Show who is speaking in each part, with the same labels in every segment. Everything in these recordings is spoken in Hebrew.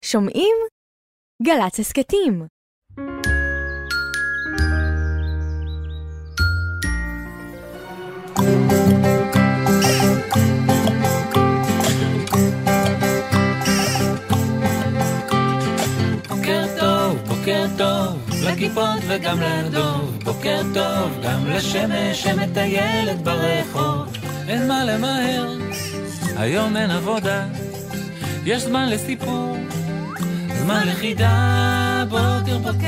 Speaker 1: שומעים? גל"צ הסכתים.
Speaker 2: בוקר טוב, לכיפות וגם לדוב. בוקר טוב, גם לשמש שמטיילת ברחוב. אין מה למהר, היום אין עבודה, יש זמן לסיפור, זמן לחידה. בוקר טוב.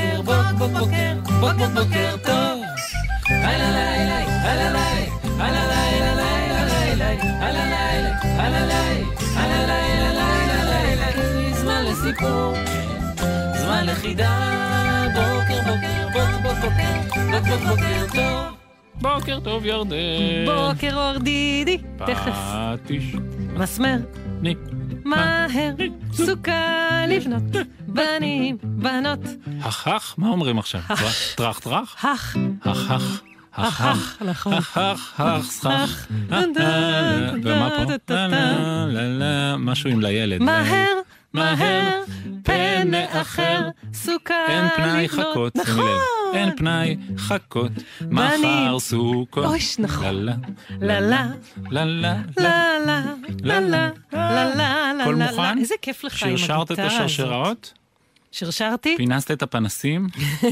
Speaker 2: זמן לסיפור, זמן לחידה. בוקר טוב.
Speaker 3: בוקר טוב ירדן.
Speaker 4: בוקר אור דידי. תכף.
Speaker 3: פטיש.
Speaker 4: מסמר.
Speaker 3: ני.
Speaker 4: מהר. סוכה לבנות. בנים, בנות.
Speaker 3: הכך? מה אומרים עכשיו? טרח?
Speaker 4: הך.
Speaker 3: הכך.
Speaker 4: נכון.
Speaker 3: סכך. ומה פה? משהו עם לילד.
Speaker 4: מהר. פן אחר. סוכה
Speaker 3: אין פנאי
Speaker 4: לבנות.
Speaker 3: חכות.
Speaker 4: נכון.
Speaker 3: אין פנאי חכות. מחר סוכות.
Speaker 4: אויש, נכון.
Speaker 3: ללה. הכל מוכן?
Speaker 4: איזה כיף לך עם הגיטרה הזאת.
Speaker 3: שרשרת את השרשראות?
Speaker 4: שרשרתי?
Speaker 3: פינסת את הפנסים?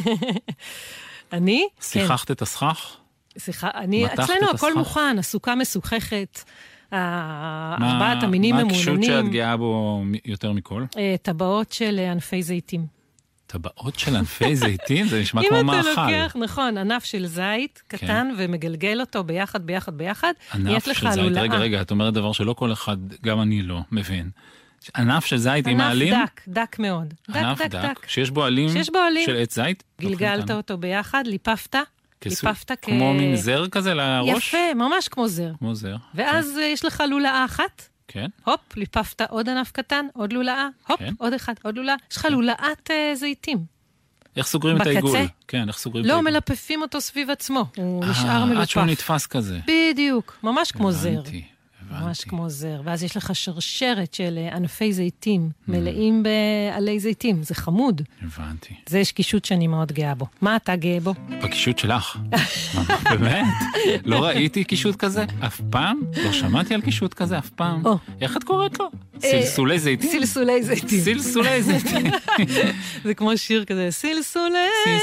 Speaker 4: אני?
Speaker 3: שיחכת את הסכך?
Speaker 4: אצלנו הכל מוכן, הסוכה משוחכת, ארבעת המינים
Speaker 3: מה
Speaker 4: ממוננים.
Speaker 3: הקשות שאת גאה בו יותר מכל?
Speaker 4: טבעות של ענפי זיתים.
Speaker 3: טבעות של ענפי זיתים? זה נשמע כמו
Speaker 4: אם
Speaker 3: מאכל.
Speaker 4: אתה לוקח, נכון, ענף של זית קטן ומגלגל אותו ביחד,
Speaker 3: ענף של זית, רגע, את אומרת דבר שלא כל אחד, גם אני לא מבין. ענף של זית עם העלים?
Speaker 4: ענף דק מאוד.
Speaker 3: ענף דק, שיש בו עלים של עץ זית?
Speaker 4: גלגלת אותו ביחד, ליפפת
Speaker 3: כמו מין זר כזה לראש?
Speaker 4: יפה, ממש כמו זר.
Speaker 3: כמו זר.
Speaker 4: ואז יש לך לולאה אחת.
Speaker 3: כן.
Speaker 4: הופ, ליפפת עוד ענף קטן, עוד לולאה, הופ, עוד אחד, עוד לולאה. יש לך לולאת זיתים.
Speaker 3: איך סוגרים את העיגול?
Speaker 4: בקצה?
Speaker 3: כן, איך סוגרים את העיגול?
Speaker 4: לא, מלפפים אותו סביב עצמו. הוא נשאר מלופף.
Speaker 3: עד שהוא נתפס כזה.
Speaker 4: בדיוק, ממש כמו זר.
Speaker 3: הבנתי.
Speaker 4: ממש כמו זר. ואז יש לך שרשרת של ענפי זיתים, מלאים בעלי זיתים. זה חמוד.
Speaker 3: הבנתי.
Speaker 4: זה יש קישוט שאני מאוד גאה בו. מה אתה גאה בו?
Speaker 3: בקישוט שלך. באמת? לא ראיתי קישוט כזה אף פעם? לא שמעתי על קישוט כזה אף פעם? איך את קוראת לו? סלסולי זיתים?
Speaker 4: סלסולי זיתים.
Speaker 3: סלסולי זיתים.
Speaker 4: זה כמו שיר כזה, סלסולי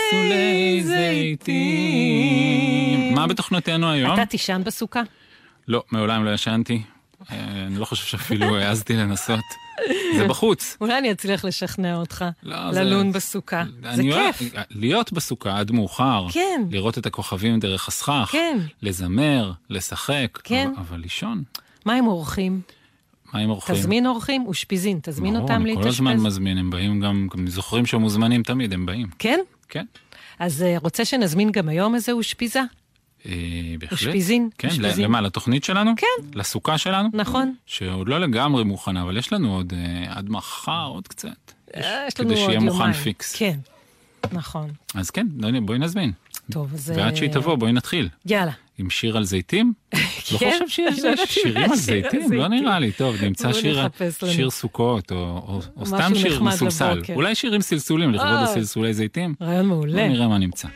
Speaker 3: זיתים. מה בתוכניתנו היום?
Speaker 4: אתה תישן בסוכה?
Speaker 3: לא, מעולם לא ישנתי. אני לא חושב שאפילו העזתי לנסות. זה בחוץ.
Speaker 4: אולי אני אצליח לשכנע אותך ללון בסוכה. זה כיף.
Speaker 3: להיות בסוכה עד מאוחר.
Speaker 4: כן.
Speaker 3: לראות את הכוכבים דרך הסכך.
Speaker 4: כן.
Speaker 3: לזמר, לשחק.
Speaker 4: כן.
Speaker 3: אבל לישון.
Speaker 4: מה עם אורחים? תזמין אורחים ושפיזין, תזמין אותם להתאשפז.
Speaker 3: כל הזמן מזמין, הם באים גם זוכרים שהם מוזמנים תמיד, הם באים.
Speaker 4: כן?
Speaker 3: כן.
Speaker 4: אז רוצה שנזמין גם היום איזה ושפיזה?
Speaker 3: בהחלט.
Speaker 4: ושפיזין.
Speaker 3: כן, למה? לתוכנית שלנו?
Speaker 4: כן.
Speaker 3: לסוכה שלנו?
Speaker 4: נכון.
Speaker 3: שעוד לא לגמרי מוכנה, אבל יש לנו עוד עד מחר, עוד קצת.
Speaker 4: יש לנו עוד
Speaker 3: כדי שיהיה מוכן פיקס.
Speaker 4: כן, נכון.
Speaker 3: אז כן, בואי נזמין.
Speaker 4: טוב, אז...
Speaker 3: ועד שהיא תבוא, בואי נתחיל.
Speaker 4: יאללה.
Speaker 3: עם שיר על זיתים? לא חושב שיש שירים על זיתים? לא נראה לי. טוב, נמצא שיר סוכות, או סתם שיר מסולסל. אולי שירים סלסולים, לכבוד הסלסולי זיתים?
Speaker 4: רעיון מעולה.
Speaker 3: בואו נראה מה נמצא.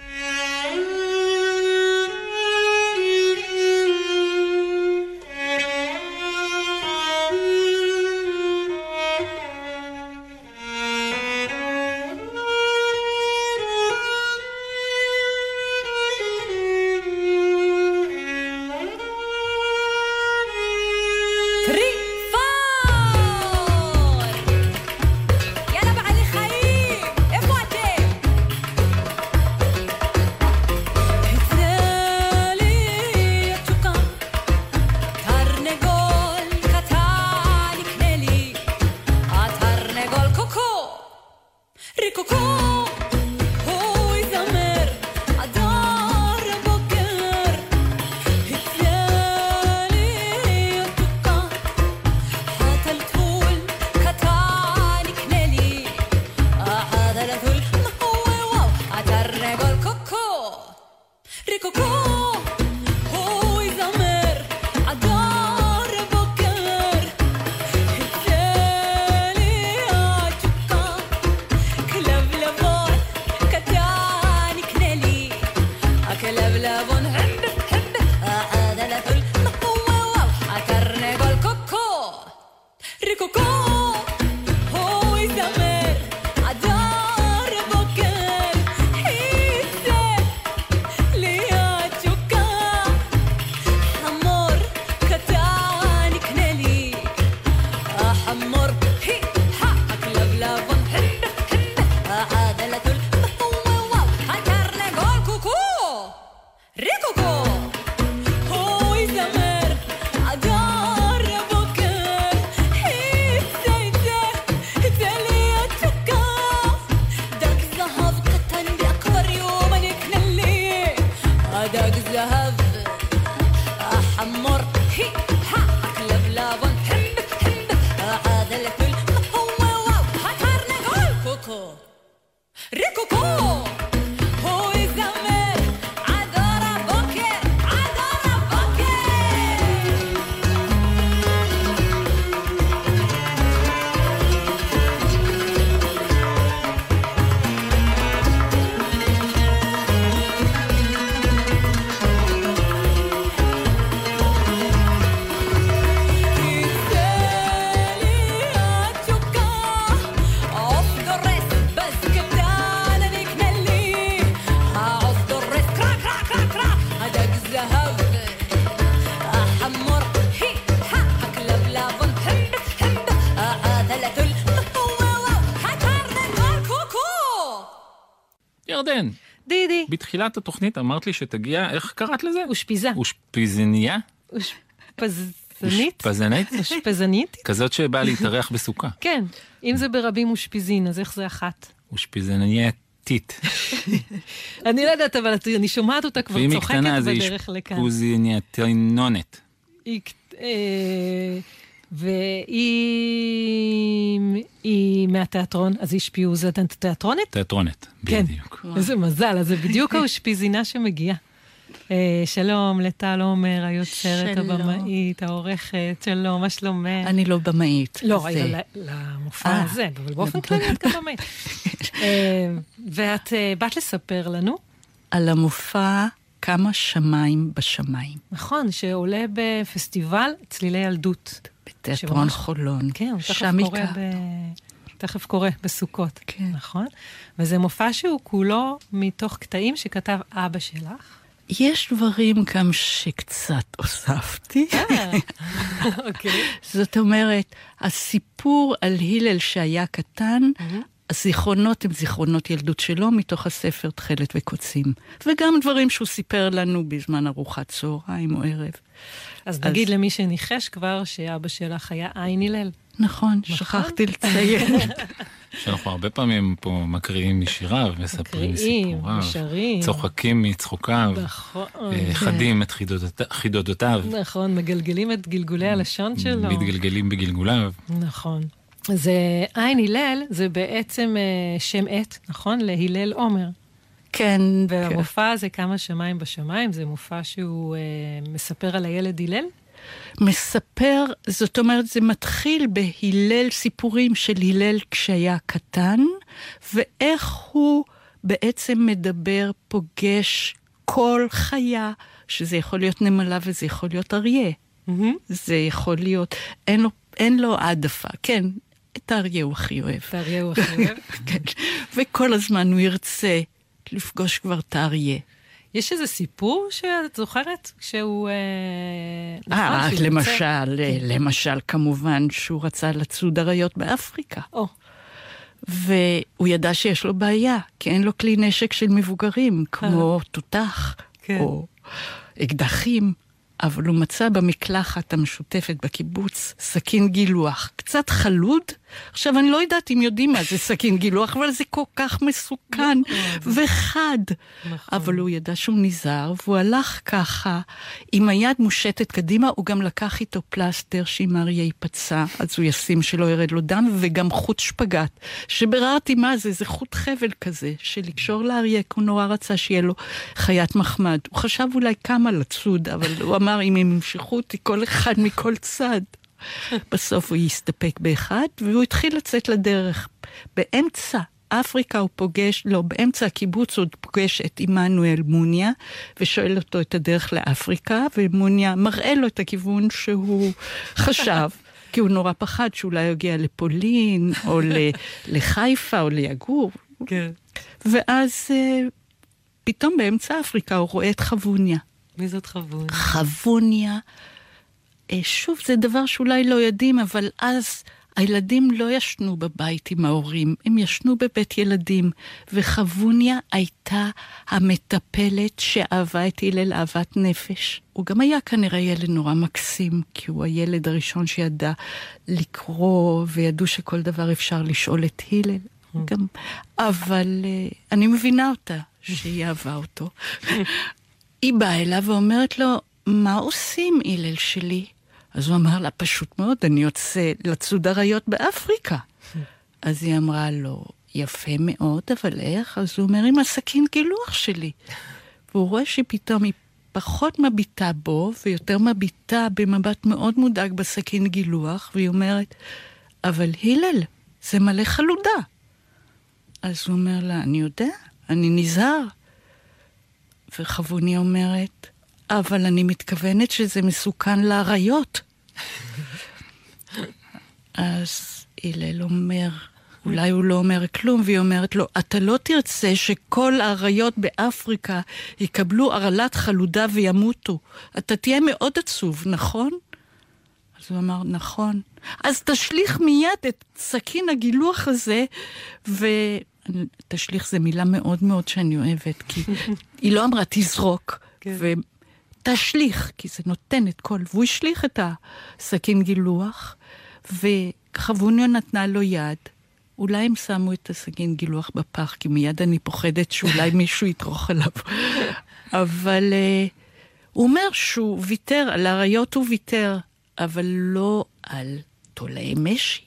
Speaker 3: ירדן.
Speaker 4: דידי.
Speaker 3: בתחילת התוכנית אמרת לי שתגיע, איך קראת לזה?
Speaker 4: אושפיזה.
Speaker 3: אושפיזניה?
Speaker 4: אושפזנית? אושפזנית?
Speaker 3: כזאת שבאה להתארח בסוכה.
Speaker 4: כן, אם זה ברבים אושפיזין, אז איך זה אחת?
Speaker 3: אושפיזנייתית.
Speaker 4: אני לא יודעת, אבל אני שומעת אותה כבר צוחקת בדרך לכאן.
Speaker 3: ואם היא קטנה זה אושפיזנייתינונת.
Speaker 4: והיא מהתיאטרון, אז היא שפיוזה תיאטרונת?
Speaker 3: תיאטרונת, בדיוק.
Speaker 4: איזה מזל, אז זה בדיוק האושפיזינה שמגיעה. שלום לטל עומר, היוצרת, הבמאית, העורכת, שלום, מה שלומך?
Speaker 5: אני לא במאית.
Speaker 4: לא, למופע הזה, אבל באופן כללי את כבמאית. ואת באת לספר לנו?
Speaker 5: על המופע כמה שמיים בשמיים.
Speaker 4: נכון, שעולה בפסטיבל צלילי ילדות.
Speaker 5: בתיאטרון חולון.
Speaker 4: כן, תכף קורה בסוכות.
Speaker 5: כן.
Speaker 4: נכון? וזה מופע שהוא כולו מתוך קטעים שכתב אבא שלך.
Speaker 5: יש דברים גם שקצת הוספתי.
Speaker 4: אוקיי.
Speaker 5: זאת אומרת, הסיפור על הלל שהיה קטן, הזיכרונות הם זיכרונות ילדות שלו מתוך הספר תכלת וקוצים. וגם דברים שהוא סיפר לנו בזמן ארוחת צהריים או ערב.
Speaker 4: אז נגיד למי שניחש כבר שאבא שלך היה עין הלל.
Speaker 5: נכון, שכחתי לציין.
Speaker 3: שאנחנו הרבה פעמים פה מקריאים משיריו, מספרים מסיפוריו, צוחקים מצחוקיו, חדים את חידודותיו.
Speaker 4: נכון, מגלגלים את גלגולי הלשון שלו.
Speaker 3: מתגלגלים בגלגוליו.
Speaker 4: נכון. זה עין הלל, זה בעצם שם עת, נכון? להלל עומר.
Speaker 5: כן.
Speaker 4: והמופע הזה כמה שמיים בשמיים, זה מופע שהוא מספר על הילד הלל?
Speaker 5: מספר, זאת אומרת, זה מתחיל בהלל, סיפורים של הלל כשהיה קטן, ואיך הוא בעצם מדבר, פוגש כל חיה, שזה יכול להיות נמלה וזה יכול להיות אריה. זה יכול להיות, אין לו העדפה, כן, את האריה הוא הכי אוהב.
Speaker 4: את האריה הוא הכי אוהב?
Speaker 5: כן, וכל הזמן הוא ירצה לפגוש כבר את האריה.
Speaker 4: יש איזה סיפור שאת זוכרת שהוא...
Speaker 5: למשל, כמובן שהוא רצה לצוד אריות באפריקה. והוא ידע שיש לו בעיה, כי אין לו כלי נשק של מבוגרים, כמו תותח או אקדחים. אבל הוא מצא במקלחת המשותפת בקיבוץ סכין גילוח, קצת חלוד. עכשיו, אני לא יודעת אם יודעים מה זה סכין גילוח, אבל זה כל כך מסוכן וחד. אבל הוא ידע שהוא נזהר, והוא הלך ככה, עם היד מושטת קדימה, הוא גם לקח איתו פלסטר שאם אריה ייפצע, אז הוא ישים שלא ירד לו דם, וגם חוט שפגת, שבררתי מה זה, זה חוט חבל כזה, שלקשור לאריה, הוא נורא רצה שיהיה לו חיית מחמד. הוא חשב אולי כמה לצוד, אבל הוא אמר, אם הם ימשכו אותי כל אחד מכל צד. בסוף הוא יסתפק באחד, והוא התחיל לצאת לדרך. באמצע אפריקה הוא פוגש, לא, באמצע הקיבוץ הוא פוגש את עמנואל מוניה, ושואל אותו את הדרך לאפריקה, ומוניה מראה לו את הכיוון שהוא חשב, כי הוא נורא פחד שאולי יגיע לפולין, או לחיפה, או ליגור.
Speaker 4: כן.
Speaker 5: ואז פתאום באמצע אפריקה הוא רואה את חבוניה.
Speaker 4: מי זאת חבוניה?
Speaker 5: חבוניה, שוב, זה דבר שאולי לא יודעים, אבל אז הילדים לא ישנו בבית עם ההורים, הם ישנו בבית ילדים, וחבוניה הייתה המטפלת שאהבה את הלל אהבת נפש. הוא גם היה כנראה ילד נורא מקסים, כי הוא הילד הראשון שידע לקרוא, וידעו שכל דבר אפשר לשאול את הלל. גם, אבל אני מבינה אותה, שהיא אהבה אותו. היא באה אליו ואומרת לו, מה עושים הלל שלי? אז הוא אמר לה, פשוט מאוד, אני יוצא לצוד אריות באפריקה. אז היא אמרה לו, יפה מאוד, אבל איך? אז הוא אומר, עם הסכין גילוח שלי. והוא רואה שפתאום היא פחות מביטה בו, ויותר מביטה במבט מאוד מודאג בסכין גילוח, והיא אומרת, אבל הלל, זה מלא חלודה. אז הוא אומר לה, אני יודע, אני נזהר. וחבוניה אומרת, אבל אני מתכוונת שזה מסוכן לאריות. אז הלל אומר, אולי הוא לא אומר כלום, והיא אומרת לו, אתה לא תרצה שכל האריות באפריקה יקבלו הרעלת חלודה וימותו. אתה תהיה מאוד עצוב, נכון? אז הוא אמר, נכון. אז תשליך מיד את סכין הגילוח הזה, תשליך זה מילה מאוד מאוד שאני אוהבת, כי היא לא אמרה תזרוק, ותשליך, כי זה נותן את כל, והוא השליך את הסכין גילוח, וחבוניה נתנה לו יד, אולי הם שמו את הסכין גילוח בפח, כי מיד אני פוחדת שאולי מישהו יתרוך עליו. אבל הוא אומר שהוא ויתר, על הריות הוא ויתר, אבל לא על תולעי משי.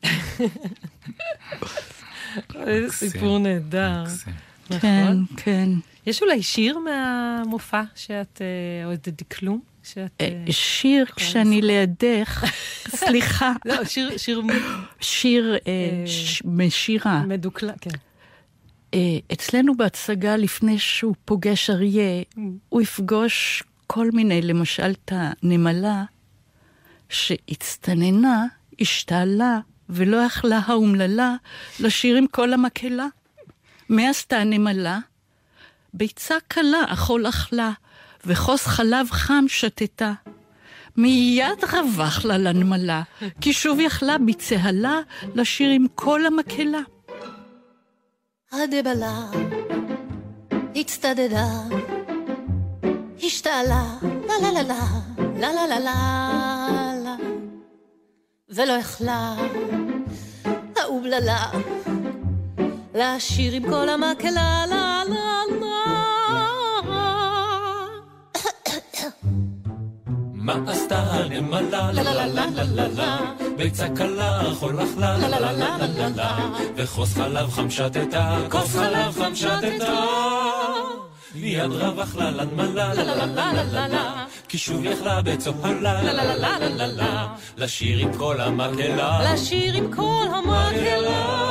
Speaker 4: סיפור נהדר.
Speaker 5: כן, כן.
Speaker 4: יש אולי שיר מהמופע שאת, או איזה דקלום?
Speaker 5: שיר כשאני לידך, סליחה.
Speaker 4: לא,
Speaker 5: שיר משירה.
Speaker 4: מדוקלה, כן.
Speaker 5: אצלנו בהצגה, לפני שהוא פוגש אריה, הוא יפגוש כל מיני, למשל את הנמלה, שהצטננה, השתעלה, ולא יכלה האומללה לשיר עם כל המקהלה. מה עשתה הנמלה? ביצה קלה, אכול אכלה, וחוס חלב חם שתתה. מיד רווח לה לנמלה, כי שוב יכלה בצהלה לשיר עם כל המקהלה.
Speaker 6: הדבלה הצטדדה, השתעלה, לה לה לה לה, לה לה לה לה לה, ולא יכלה האובללה לשיר עם כל המקהלה, לה לה לה.
Speaker 2: מה עשתה הנמלה? לה לה לה לה לה לה, ביצה קלה אכול אכלה, לה לה לה לה לה לה, וכוס חלב חם שתתה, כוס חלב חם שתתה. מיד רווח לה לנמלה, לה לה לה לה לה לה, כי שוב יכלה בצהלה, לה לה לה לה לה לה, לשיר עם כל המקהלה,
Speaker 6: לשיר עם כל המקהלה.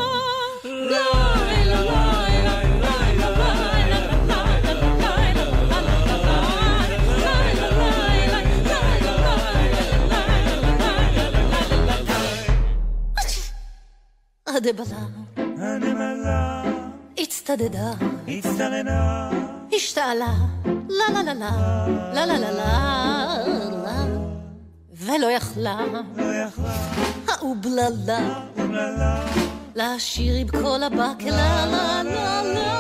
Speaker 2: הנמלה
Speaker 6: הצטדדה,
Speaker 2: הצטננה,
Speaker 6: השתעלה, לה לה לה לה, לה לה לה לה, ולא יכלה האובללה לשיר עם כל המקהלה, לה לה לה.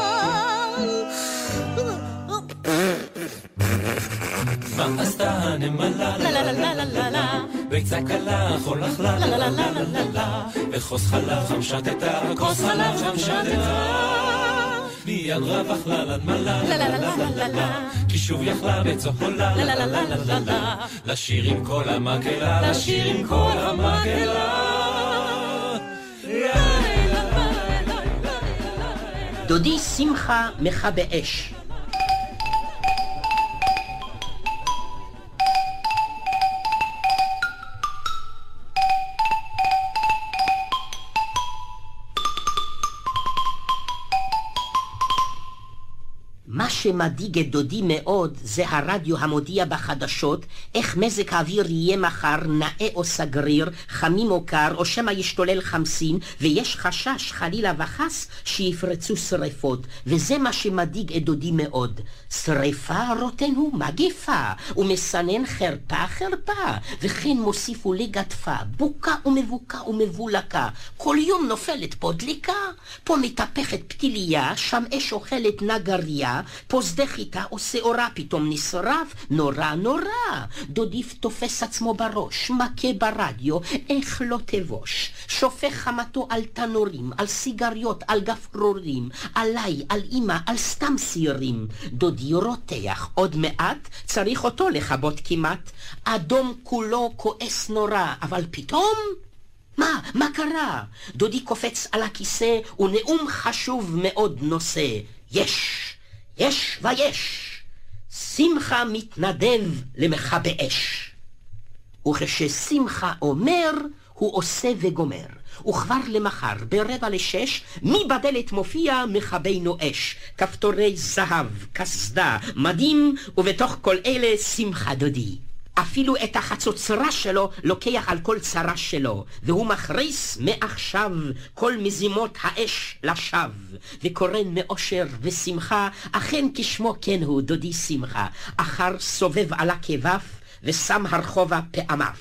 Speaker 2: מה עשתה הנמלה? לה לה לה לה לה לה, ביצה קלה אכול אכלה, לה לה לה לה לה לה, וכוס חלב חם שתתה, כוס חלב חם שתתה. מיד רווח לה לנמלה, לה לה לה לה לה, כי שוב יכלה בצהלה, לה לה לה לה לה לה, לשיר עם כל המקהלה, לשיר עם כל המקהלה.
Speaker 7: דודי שמחה מכבה אש. מה שמדאיג את דודי מאוד זה הרדיו המודיע בחדשות איך מזג האוויר יהיה מחר נאה או סגריר, חמים או קר, או שמא ישתולל חמסין, ויש חשש חלילה וחס שיפרצו שריפות, וזה מה שמדאיג את דודי מאוד. שריפה רוטנו מגפה, ומסנן חרפה חרפה, וכן מוסיפו לגדפה, בוקה ומבוקה ומבולקה, כל יום נופלת פה דליקה, פה מתהפכת פתיליה, שם אש אוכלת נגריה, פה שדה חיטה או שעורה פתאום נשרף, נורא נורא. דודי תופס עצמו בראש, מכה ברדיו, איך לא תבוש, שופך חמתו על תנורים, על סיגריות, על גפרורים, עליי, על אמא, על סתם סירים. דודי רותח, עוד מעט צריך אותו לכבות כמעט, אדום כולו כועס נורא, אבל פתאום מה קרה? דודי קופץ על הכיסא ונאום חשוב מאוד נושא. יש ויש, שמחה מתנדב למכבה אש. וכששמחה אומר, הוא עושה וגומר. וכבר למחר, 5:45, מי בדלת מופיע מכבינו אש. כפתורי זהב, כסדה, מדים, ובתוך כל אלה שמחה דודי. אפילו את החצוצרה שלו לוקח על כל צרה שלו, והוא מכריס מעכשיו כל מזימות האש לשב, וקורן מאושר ושמחה, אכן כשמו כן הוא דודי שמחה, אחר סובב על הכבף ושם הרחובה פעמיו.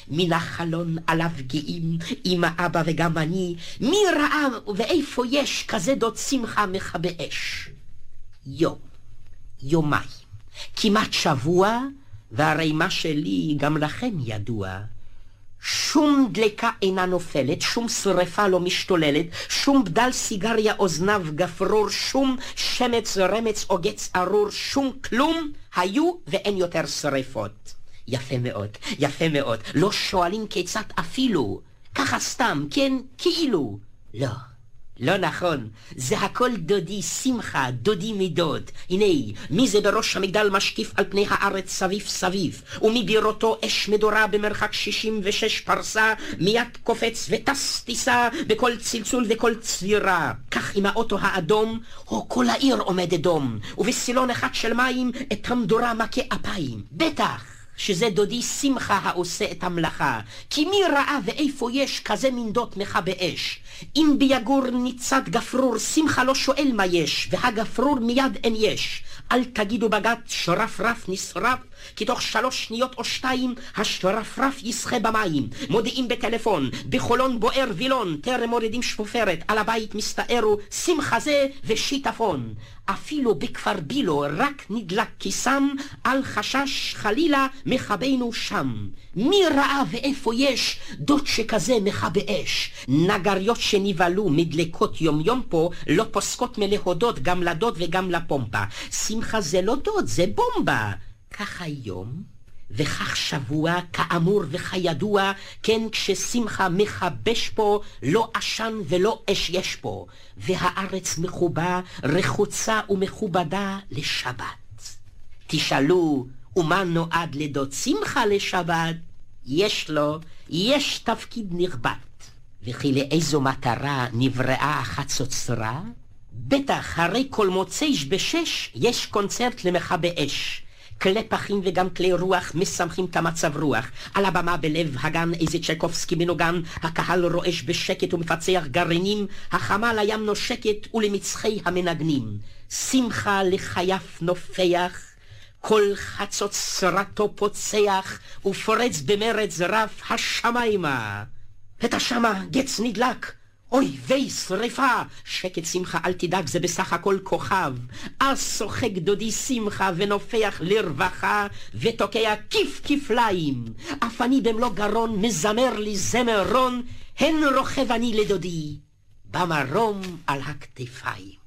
Speaker 7: מן החלון עליו גאים, אמא, אבא וגם אני, מי ראה ואיפה יש כזה דוד שמחה מכבה אש? יום, יומיים, כמעט שבוע, והרי מה שלי גם לכם ידוע. שום דלקה אינה נופלת, שום שרפה לא משתוללת, שום בדל סיגריה אוזניו גפרור, שום שמץ רמץ או גץ ארור, שום כלום, היו ואין יותר שרפות. יפה מאוד, יפה מאוד. לא שואלים כיצד אפילו, ככה סתם, כן, כאילו. לא, לא נכון. זה הכל דודי שמחה, דודי מדוד. הנה, מי זה בראש המגדל משקיף על פני הארץ סביב סביב, ומבירותו אש מדורה במרחק 66 פרסה, מיד קופץ וטס טיסה בכל צלצול וכל צבירה. כך עם האוטו האדום, או כל העיר עומדת דום, ובסילון אחד של מים את המדורה מכה אפיים. בטח שזה דודי שמחה העושה את המלאכה, כי מי ראה ואיפה יש כזה מנדות מכבה אש? אם ביגור ניצד גפרור, שמחה לא שואל מה יש, והגפרור מיד אין יש. אל תגידו בגת שרפרף נשרף, כי תוך 3 שניות או 2 השרפרף ישחה במים. מודיעים בטלפון, בחולון בוער וילון, טרם מורידים שפופרת, על הבית מסתערו שמחה זה ושיטפון. אפילו בכפר בילו רק נדלק כיסם, על חשש חלילה מכבנו שם. מי ראה ואיפה יש דוד שכזה מכבה אש? נגריות שנבלו מדלקות יום יום פה לא פוסקות מלהודות גם לדוד וגם לפומפה. שמחה זה לא דוד, זה בומבה. כך היום וכך שבוע, כאמור וכידוע, כן, כששמחה מחבש פה, לא עשן ולא אש יש פה, והארץ מחובה, רחוצה ומכובדה לשבת. תשאלו, ומה נועד לדוד שמחה לשבת? יש תפקיד נכבד. וכי לאיזו מטרה נבראה החצוצרה? בטח, הרי כל מוצאי ב6 יש קונצרט למכבה אש. כלי פחים וגם כלי רוח משמחים את המצב רוח. על הבמה בלב הגן איזה צ'ייקובסקי מנוגן, הקהל רועש בשקט ומפצח גרעינים, החמל הים נושקת ולמצחי המנגנים. שמחה לחייף נופח, כל חצוצרתו פוצח, ופורץ במרץ רב השמיימה. את השמה גץ נדלק, אוי וי שריפה. שקט שמחה, אל תדאג, זה בסך הכל כוכב. אז שוחק דודי שמחה ונופח לרווחה, ותוקע כיף כפליים. אף אני במלוא גרון מזמר לי זמרון, הן רוכב אני לדודי במרום על הכתפיים.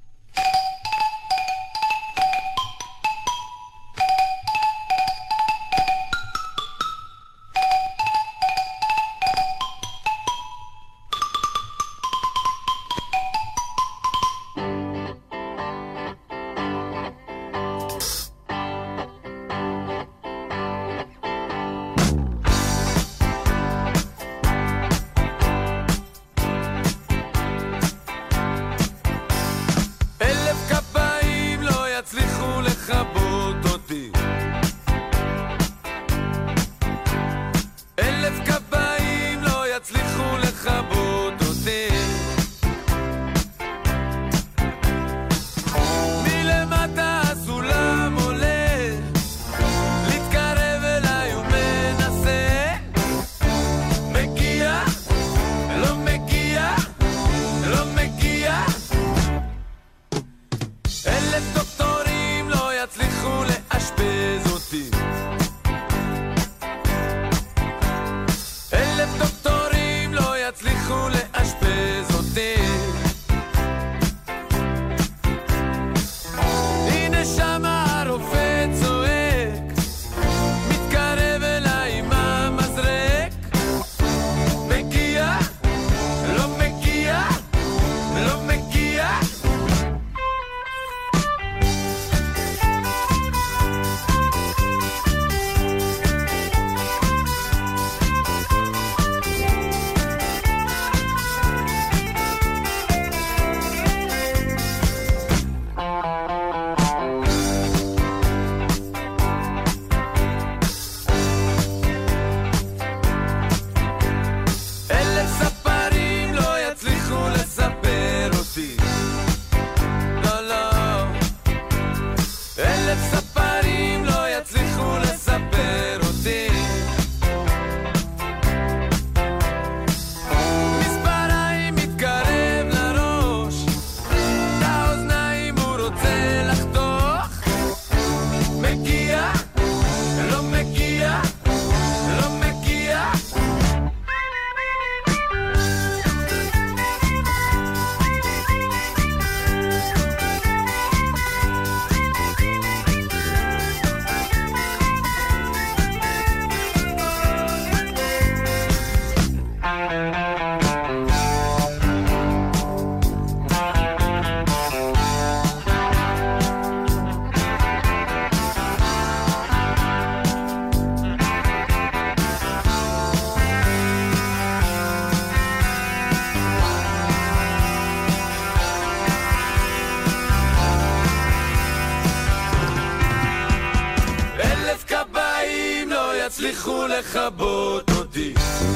Speaker 2: יצליחו לכבות אותי.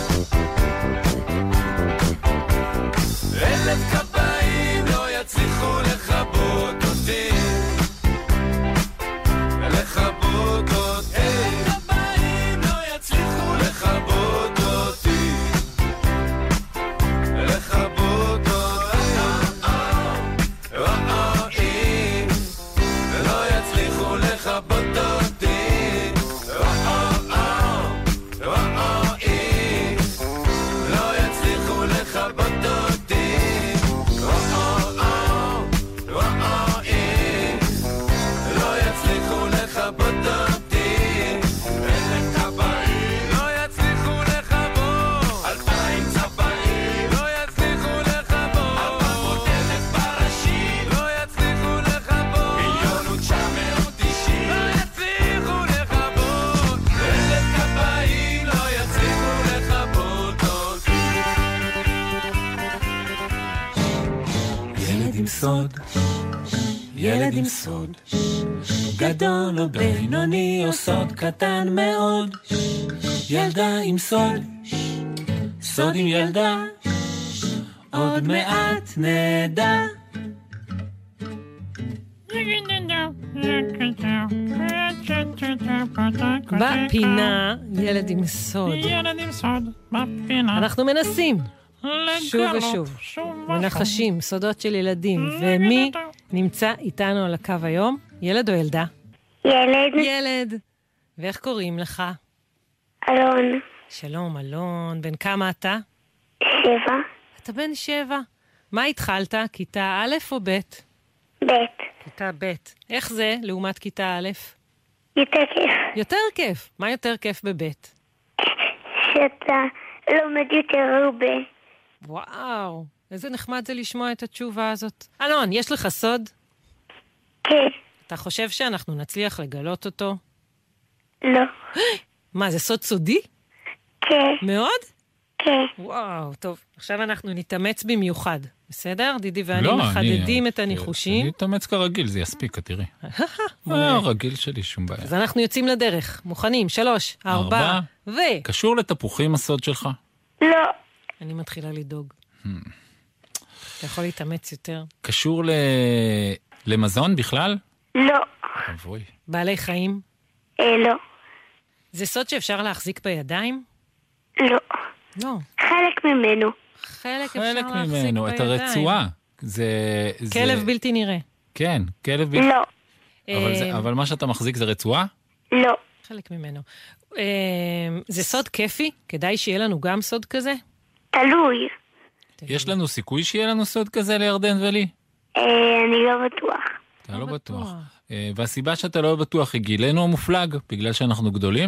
Speaker 2: 1,000 כבאים לא יצליחו לכבות אותי. לכבות אותי. 1,000 כבאים לא יצליחו לכבות אותי. לכבות אותי. לא יצליחו לכבות אותי. לא יצליחו לכבות אותי. לא יצליחו לכבות אותי. 1,000 כבאים לא יצליחו לכבות. 2,000 צבאים לא יצליחו לכבות. 400,000 פרשים לא יצליחו לכבות. 1,990,000 לא יצליחו לכבות. 1,000 כבאים לא יצליחו לכבות אותי. ילד עם סוד, ילד עם סוד, גדול או בינוני או סוד קטן מאוד. ילדה עם סוד, סוד עם ילדה, עוד מעט נדע.
Speaker 4: בפינה, ילד עם סוד.
Speaker 3: ילד עם סוד, בפינה.
Speaker 4: אנחנו מנסים שוב ושוב, מנחשים סודות של ילדים. ומי נמצא איתנו על הקו היום? ילד או ילדה?
Speaker 8: ילד.
Speaker 4: ילד. ואיך קוראים לך?
Speaker 8: אלון.
Speaker 4: שלום, אלון. בן כמה אתה?
Speaker 8: 7.
Speaker 4: אתה בן 7. מה התחלת? כיתה א' או ב'?
Speaker 8: ב'.
Speaker 4: כיתה ב'. איך זה לעומת כיתה א'?
Speaker 8: יותר כיף.
Speaker 4: יותר כיף. מה יותר כיף בב'?
Speaker 8: שאתה לומד יותר הרבה.
Speaker 4: וואו, איזה נחמד זה לשמוע את התשובה הזאת. אלון, יש לך סוד?
Speaker 8: כן.
Speaker 4: אתה חושב שאנחנו נצליח לגלות אותו?
Speaker 8: לא.
Speaker 4: מה, זה סוד סודי?
Speaker 8: כן.
Speaker 4: מאוד?
Speaker 8: כן.
Speaker 4: וואו, טוב. עכשיו אנחנו נתאמץ במיוחד. בסדר? דידי ואני מחדדים את הניחושים.
Speaker 3: אני אתאמץ כרגיל, זה יספיק, תראי. הרגיל שלי, שום בעיה.
Speaker 4: אז אנחנו יוצאים לדרך. מוכנים? 3, 4,
Speaker 3: קשור לתפוחים הסוד שלך?
Speaker 8: לא.
Speaker 4: אני מתחילה לדאוג. אתה יכול להתאמץ יותר.
Speaker 3: קשור למזון בכלל?
Speaker 8: לא.
Speaker 3: אבוי.
Speaker 4: בעלי חיים?
Speaker 8: לא.
Speaker 4: זה סוד שאפשר להחזיק בידיים?
Speaker 8: לא.
Speaker 4: לא.
Speaker 8: חלק ממנו.
Speaker 4: חלק אפשר להחזיק בידיים.
Speaker 3: את הרצועה.
Speaker 4: כלב בלתי נראה.
Speaker 3: כן, כלב בלתי...
Speaker 8: לא.
Speaker 3: אבל מה שאתה מחזיק זה רצועה?
Speaker 8: לא.
Speaker 4: חלק ממנו. זה סוד כיפי? כדאי שיהיה לנו גם סוד כזה?
Speaker 8: תלוי.
Speaker 3: יש לנו סיכוי שיהיה לנו סוד כזה לירדן ולי?
Speaker 8: אני לא בטוח.
Speaker 3: אתה לא בטוח. והסיבה שאתה לא בטוח היא גילנו המופלג, בגלל שאנחנו גדולים?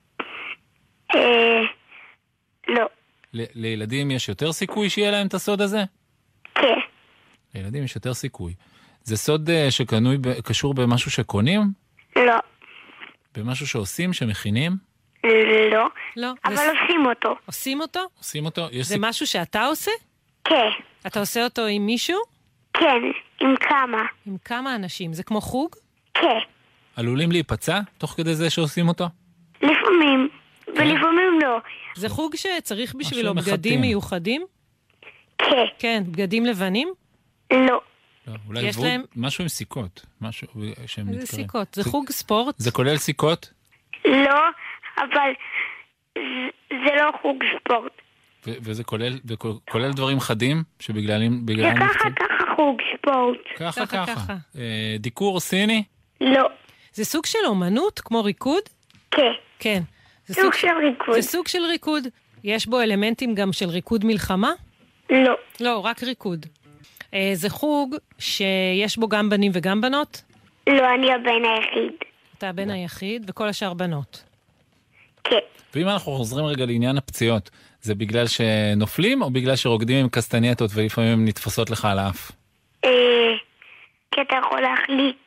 Speaker 8: לא.
Speaker 3: לילדים יש יותר סיכוי שיהיה להם את הסוד הזה?
Speaker 8: כן.
Speaker 3: לילדים יש יותר סיכוי. זה סוד שקשור במשהו שקונים?
Speaker 8: לא.
Speaker 3: במשהו שעושים, שמכינים?
Speaker 8: לא.
Speaker 4: לא.
Speaker 8: אבל עושים אותו.
Speaker 4: עושים אותו?
Speaker 3: עושים אותו?
Speaker 4: זה משהו שאתה עושה?
Speaker 8: כן.
Speaker 4: אתה עושה אותו עם מישהו?
Speaker 8: כן, עם כמה.
Speaker 4: עם כמה אנשים? זה כמו חוג?
Speaker 8: כן.
Speaker 3: עלולים להיפצע תוך כדי זה שעושים אותו?
Speaker 8: לפעמים, ולפעמים לא.
Speaker 4: זה חוג שצריך בשבילו בגדים מיוחדים?
Speaker 8: כן.
Speaker 4: כן, בגדים לבנים?
Speaker 8: לא.
Speaker 3: אולי משהו עם סיכות. משהו שהם נתקראים.
Speaker 4: זה סיכות. זה חוג ספורט?
Speaker 3: זה כולל סיכות?
Speaker 8: לא, אבל זה לא חוג ספורט.
Speaker 3: וזה כולל דברים חדים שבגללם...
Speaker 8: זה ככה חוג ספורט.
Speaker 3: ככה. דיקור סיני?
Speaker 8: לא.
Speaker 4: זה סוג של אומנות כמו ריקוד?
Speaker 8: כן.
Speaker 4: כן.
Speaker 8: סוג של ריקוד.
Speaker 4: זה סוג של ריקוד. יש בו אלמנטים גם של ריקוד מלחמה?
Speaker 8: לא.
Speaker 4: לא, רק ריקוד. זה חוג שיש בו גם בנים וגם בנות?
Speaker 8: לא, אני הבן היחיד.
Speaker 4: אתה הבן היחיד וכל השאר בנות?
Speaker 8: כן.
Speaker 3: ואם אנחנו חוזרים רגע לעניין הפציעות, זה בגלל שנופלים או בגלל שרוקדים עם קסטנייטות ולפעמים הן נתפסות לך על האף?
Speaker 8: כי אתה יכול להחליק.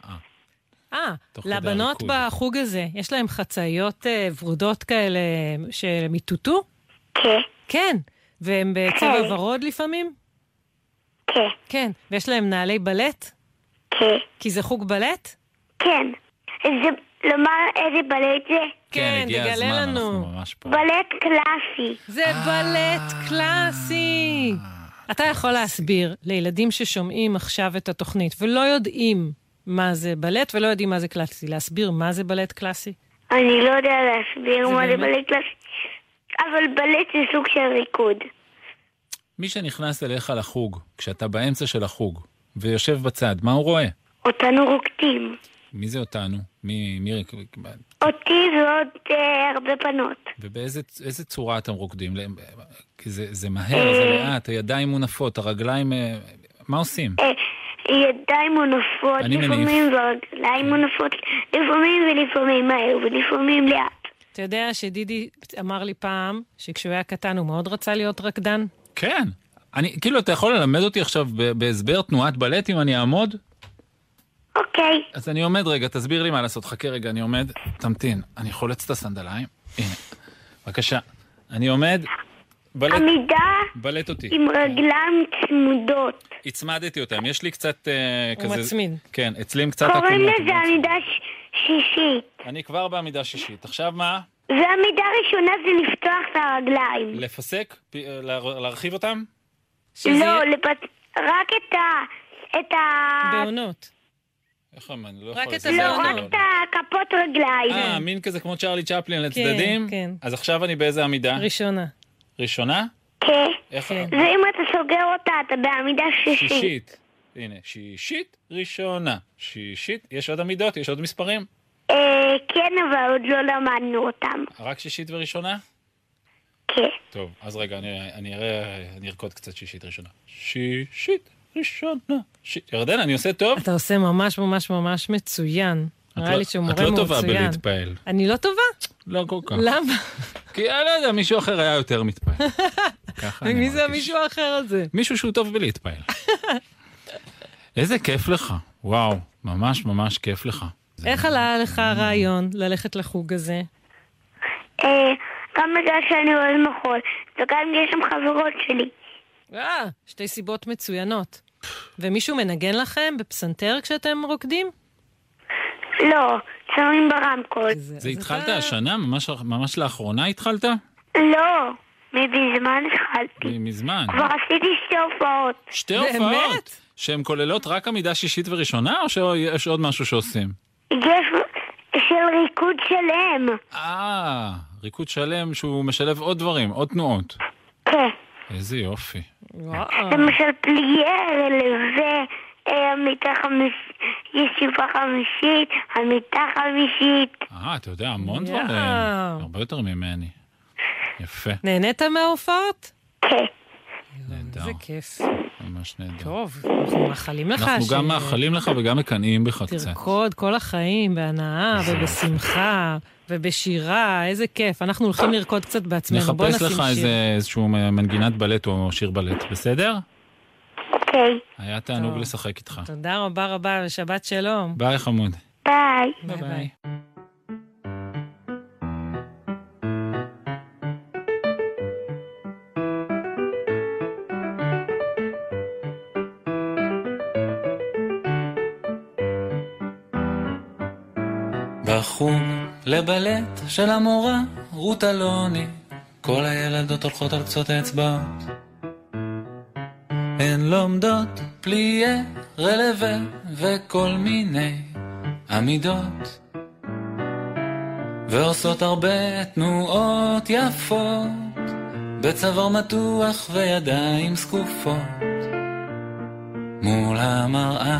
Speaker 4: לבנות בחוג הזה, יש להם חצאיות ורודות כאלה שמטוטו?
Speaker 8: כן.
Speaker 4: כן. והם בצבע ורוד לפעמים?
Speaker 8: כן.
Speaker 4: כן. ויש להם נעלי בלט?
Speaker 8: כן.
Speaker 4: כי זה חוג בלט?
Speaker 8: כן. לומר איזה בלט זה?
Speaker 4: כן, תגלה לנו.
Speaker 8: בלט קלאסי.
Speaker 4: זה בלט קלאסי. אתה יכול להסביר לילדים ששומעים עכשיו את התוכנית ולא יודעים מה זה בלט ולא יודעים מה זה קלאסי, להסביר מה זה בלט קלאסי?
Speaker 8: אני לא יודע להסביר מה זה בלט קלאסי, אבל בלט זה סוג של ריקוד.
Speaker 3: מי שנכנס אליך לחוג, כשאתה באמצע של החוג, ויושב בצד, מה הוא רואה?
Speaker 8: אותנו רוקדים.
Speaker 3: מי זה אותנו?
Speaker 8: אותי ועוד הרבה בנות.
Speaker 3: ובאיזה צורה אתם רוקדים? זה מהר, זה לאט, הידיים מונפות, הרגליים... מה עושים?
Speaker 8: ידיים מונפות, לפעמים ורגליים מונפות, לפעמים ולפעמים מהר ולפעמים לאט.
Speaker 4: אתה יודע שדידי אמר לי פעם שכשהוא היה קטן הוא מאוד רצה להיות רקדן?
Speaker 3: כן. כאילו, אתה יכול ללמד אותי עכשיו בהסבר תנועת בלט אם אני אעמוד?
Speaker 8: אוקיי.
Speaker 3: אז אני עומד רגע, תסביר לי מה לעשות. חכה רגע, אני עומד. תמתין, אני חולץ את הסנדליים. הנה, בבקשה. אני עומד.
Speaker 8: עמידה.
Speaker 3: בלט אותי.
Speaker 8: עם רגליים צמודות.
Speaker 3: הצמדתי אותם, יש לי קצת כזה...
Speaker 4: הוא מצמיד.
Speaker 3: כן, אצלים קצת...
Speaker 8: קוראים לזה עמידה שישית.
Speaker 3: אני כבר בעמידה שישית. עכשיו מה?
Speaker 8: ועמידה ראשונה זה לפתוח את הרגליים.
Speaker 3: לפסק? להרחיב אותם?
Speaker 8: לא, רק את ה...
Speaker 4: בעונות.
Speaker 3: איך אני לא
Speaker 4: רק
Speaker 3: יכול...
Speaker 8: לא, רק את הכפות רגליים.
Speaker 3: מין כזה כמו צ'רלי צ'פלין לצדדים?
Speaker 4: כן.
Speaker 3: אז עכשיו אני באיזה עמידה?
Speaker 4: ראשונה.
Speaker 3: ראשונה?
Speaker 8: כן.
Speaker 3: איך?
Speaker 8: ואם אתה סוגר אותה, אתה בעמידה שישית.
Speaker 3: שישית. הנה, שישית ראשונה. שישית, יש עוד עמידות? יש עוד מספרים?
Speaker 8: כן, אבל עוד לא למדנו אותם.
Speaker 3: רק שישית וראשונה?
Speaker 8: כן.
Speaker 3: טוב, אז רגע, אני ארקוד קצת שישית ראשונה. שישית ראשונה. ירדן, אני עושה טוב?
Speaker 4: אתה עושה ממש ממש ממש מצוין. נראה לי שהוא מורה מצוין.
Speaker 3: את לא טובה בלהתפעל.
Speaker 4: אני לא טובה?
Speaker 3: לא כל כך.
Speaker 4: למה?
Speaker 3: כי אני לא יודע, מישהו אחר היה יותר מתפעל.
Speaker 4: ומי זה המישהו האחר הזה?
Speaker 3: מישהו שהוא טוב בלהתפעל. איזה כיף לך. וואו, ממש ממש כיף לך.
Speaker 4: איך עלה לך הרעיון ללכת לחוג הזה?
Speaker 8: גם בגלל שאני אוהב מחול, וגם יש שם חברות שלי.
Speaker 4: שתי סיבות מצוינות. ומישהו מנגן לכם בפסנתר כשאתם רוקדים?
Speaker 8: לא, שמים ברמקול.
Speaker 3: זה התחלת השנה? ממש לאחרונה התחלת?
Speaker 8: לא, מזמן התחלתי.
Speaker 3: מזמן?
Speaker 8: כבר עשיתי 2 הופעות.
Speaker 3: 2 הופעות? שהן כוללות רק עמידה שישית וראשונה, או שיש עוד משהו שעושים?
Speaker 8: יש של ריקוד שלם.
Speaker 3: ריקוד שלם שהוא משלב עוד דברים, עוד תנועות.
Speaker 8: כן.
Speaker 3: איזה יופי.
Speaker 8: למשל פלייר, לזה, עמידה ישיבה חמישית, עמידה חמישית.
Speaker 3: אתה יודע, המון דברים. הרבה יותר ממני. יפה.
Speaker 4: נהנית מההופעות?
Speaker 8: כן.
Speaker 3: נהדר.
Speaker 4: זה כיף.
Speaker 3: ממש נהדר.
Speaker 4: טוב, אנחנו מאחלים לך
Speaker 3: אנחנו גם מאחלים לך וגם מקנאים בך קצת.
Speaker 4: תרקוד כל החיים בהנאה ובשמחה ובשירה, איזה כיף. אנחנו הולכים לרקוד קצת בעצמנו.
Speaker 3: נחפש לך איזשהו מנגינת בלט או שיר בלט, בסדר?
Speaker 8: אוקיי.
Speaker 3: היה תענוג לשחק איתך.
Speaker 4: תודה רבה רבה ושבת שלום.
Speaker 3: ביי חמוד.
Speaker 8: ביי.
Speaker 3: ביי ביי. בחוג לבלט של המורה רות אלוני, כל הילדות הולכות על קצות האצבעות, הן לומדות פליה, רלווה וכל מיני עמידות, ועושות הרבה תנועות יפות, בצוואר מתוח וידיים זקופות מול המראה.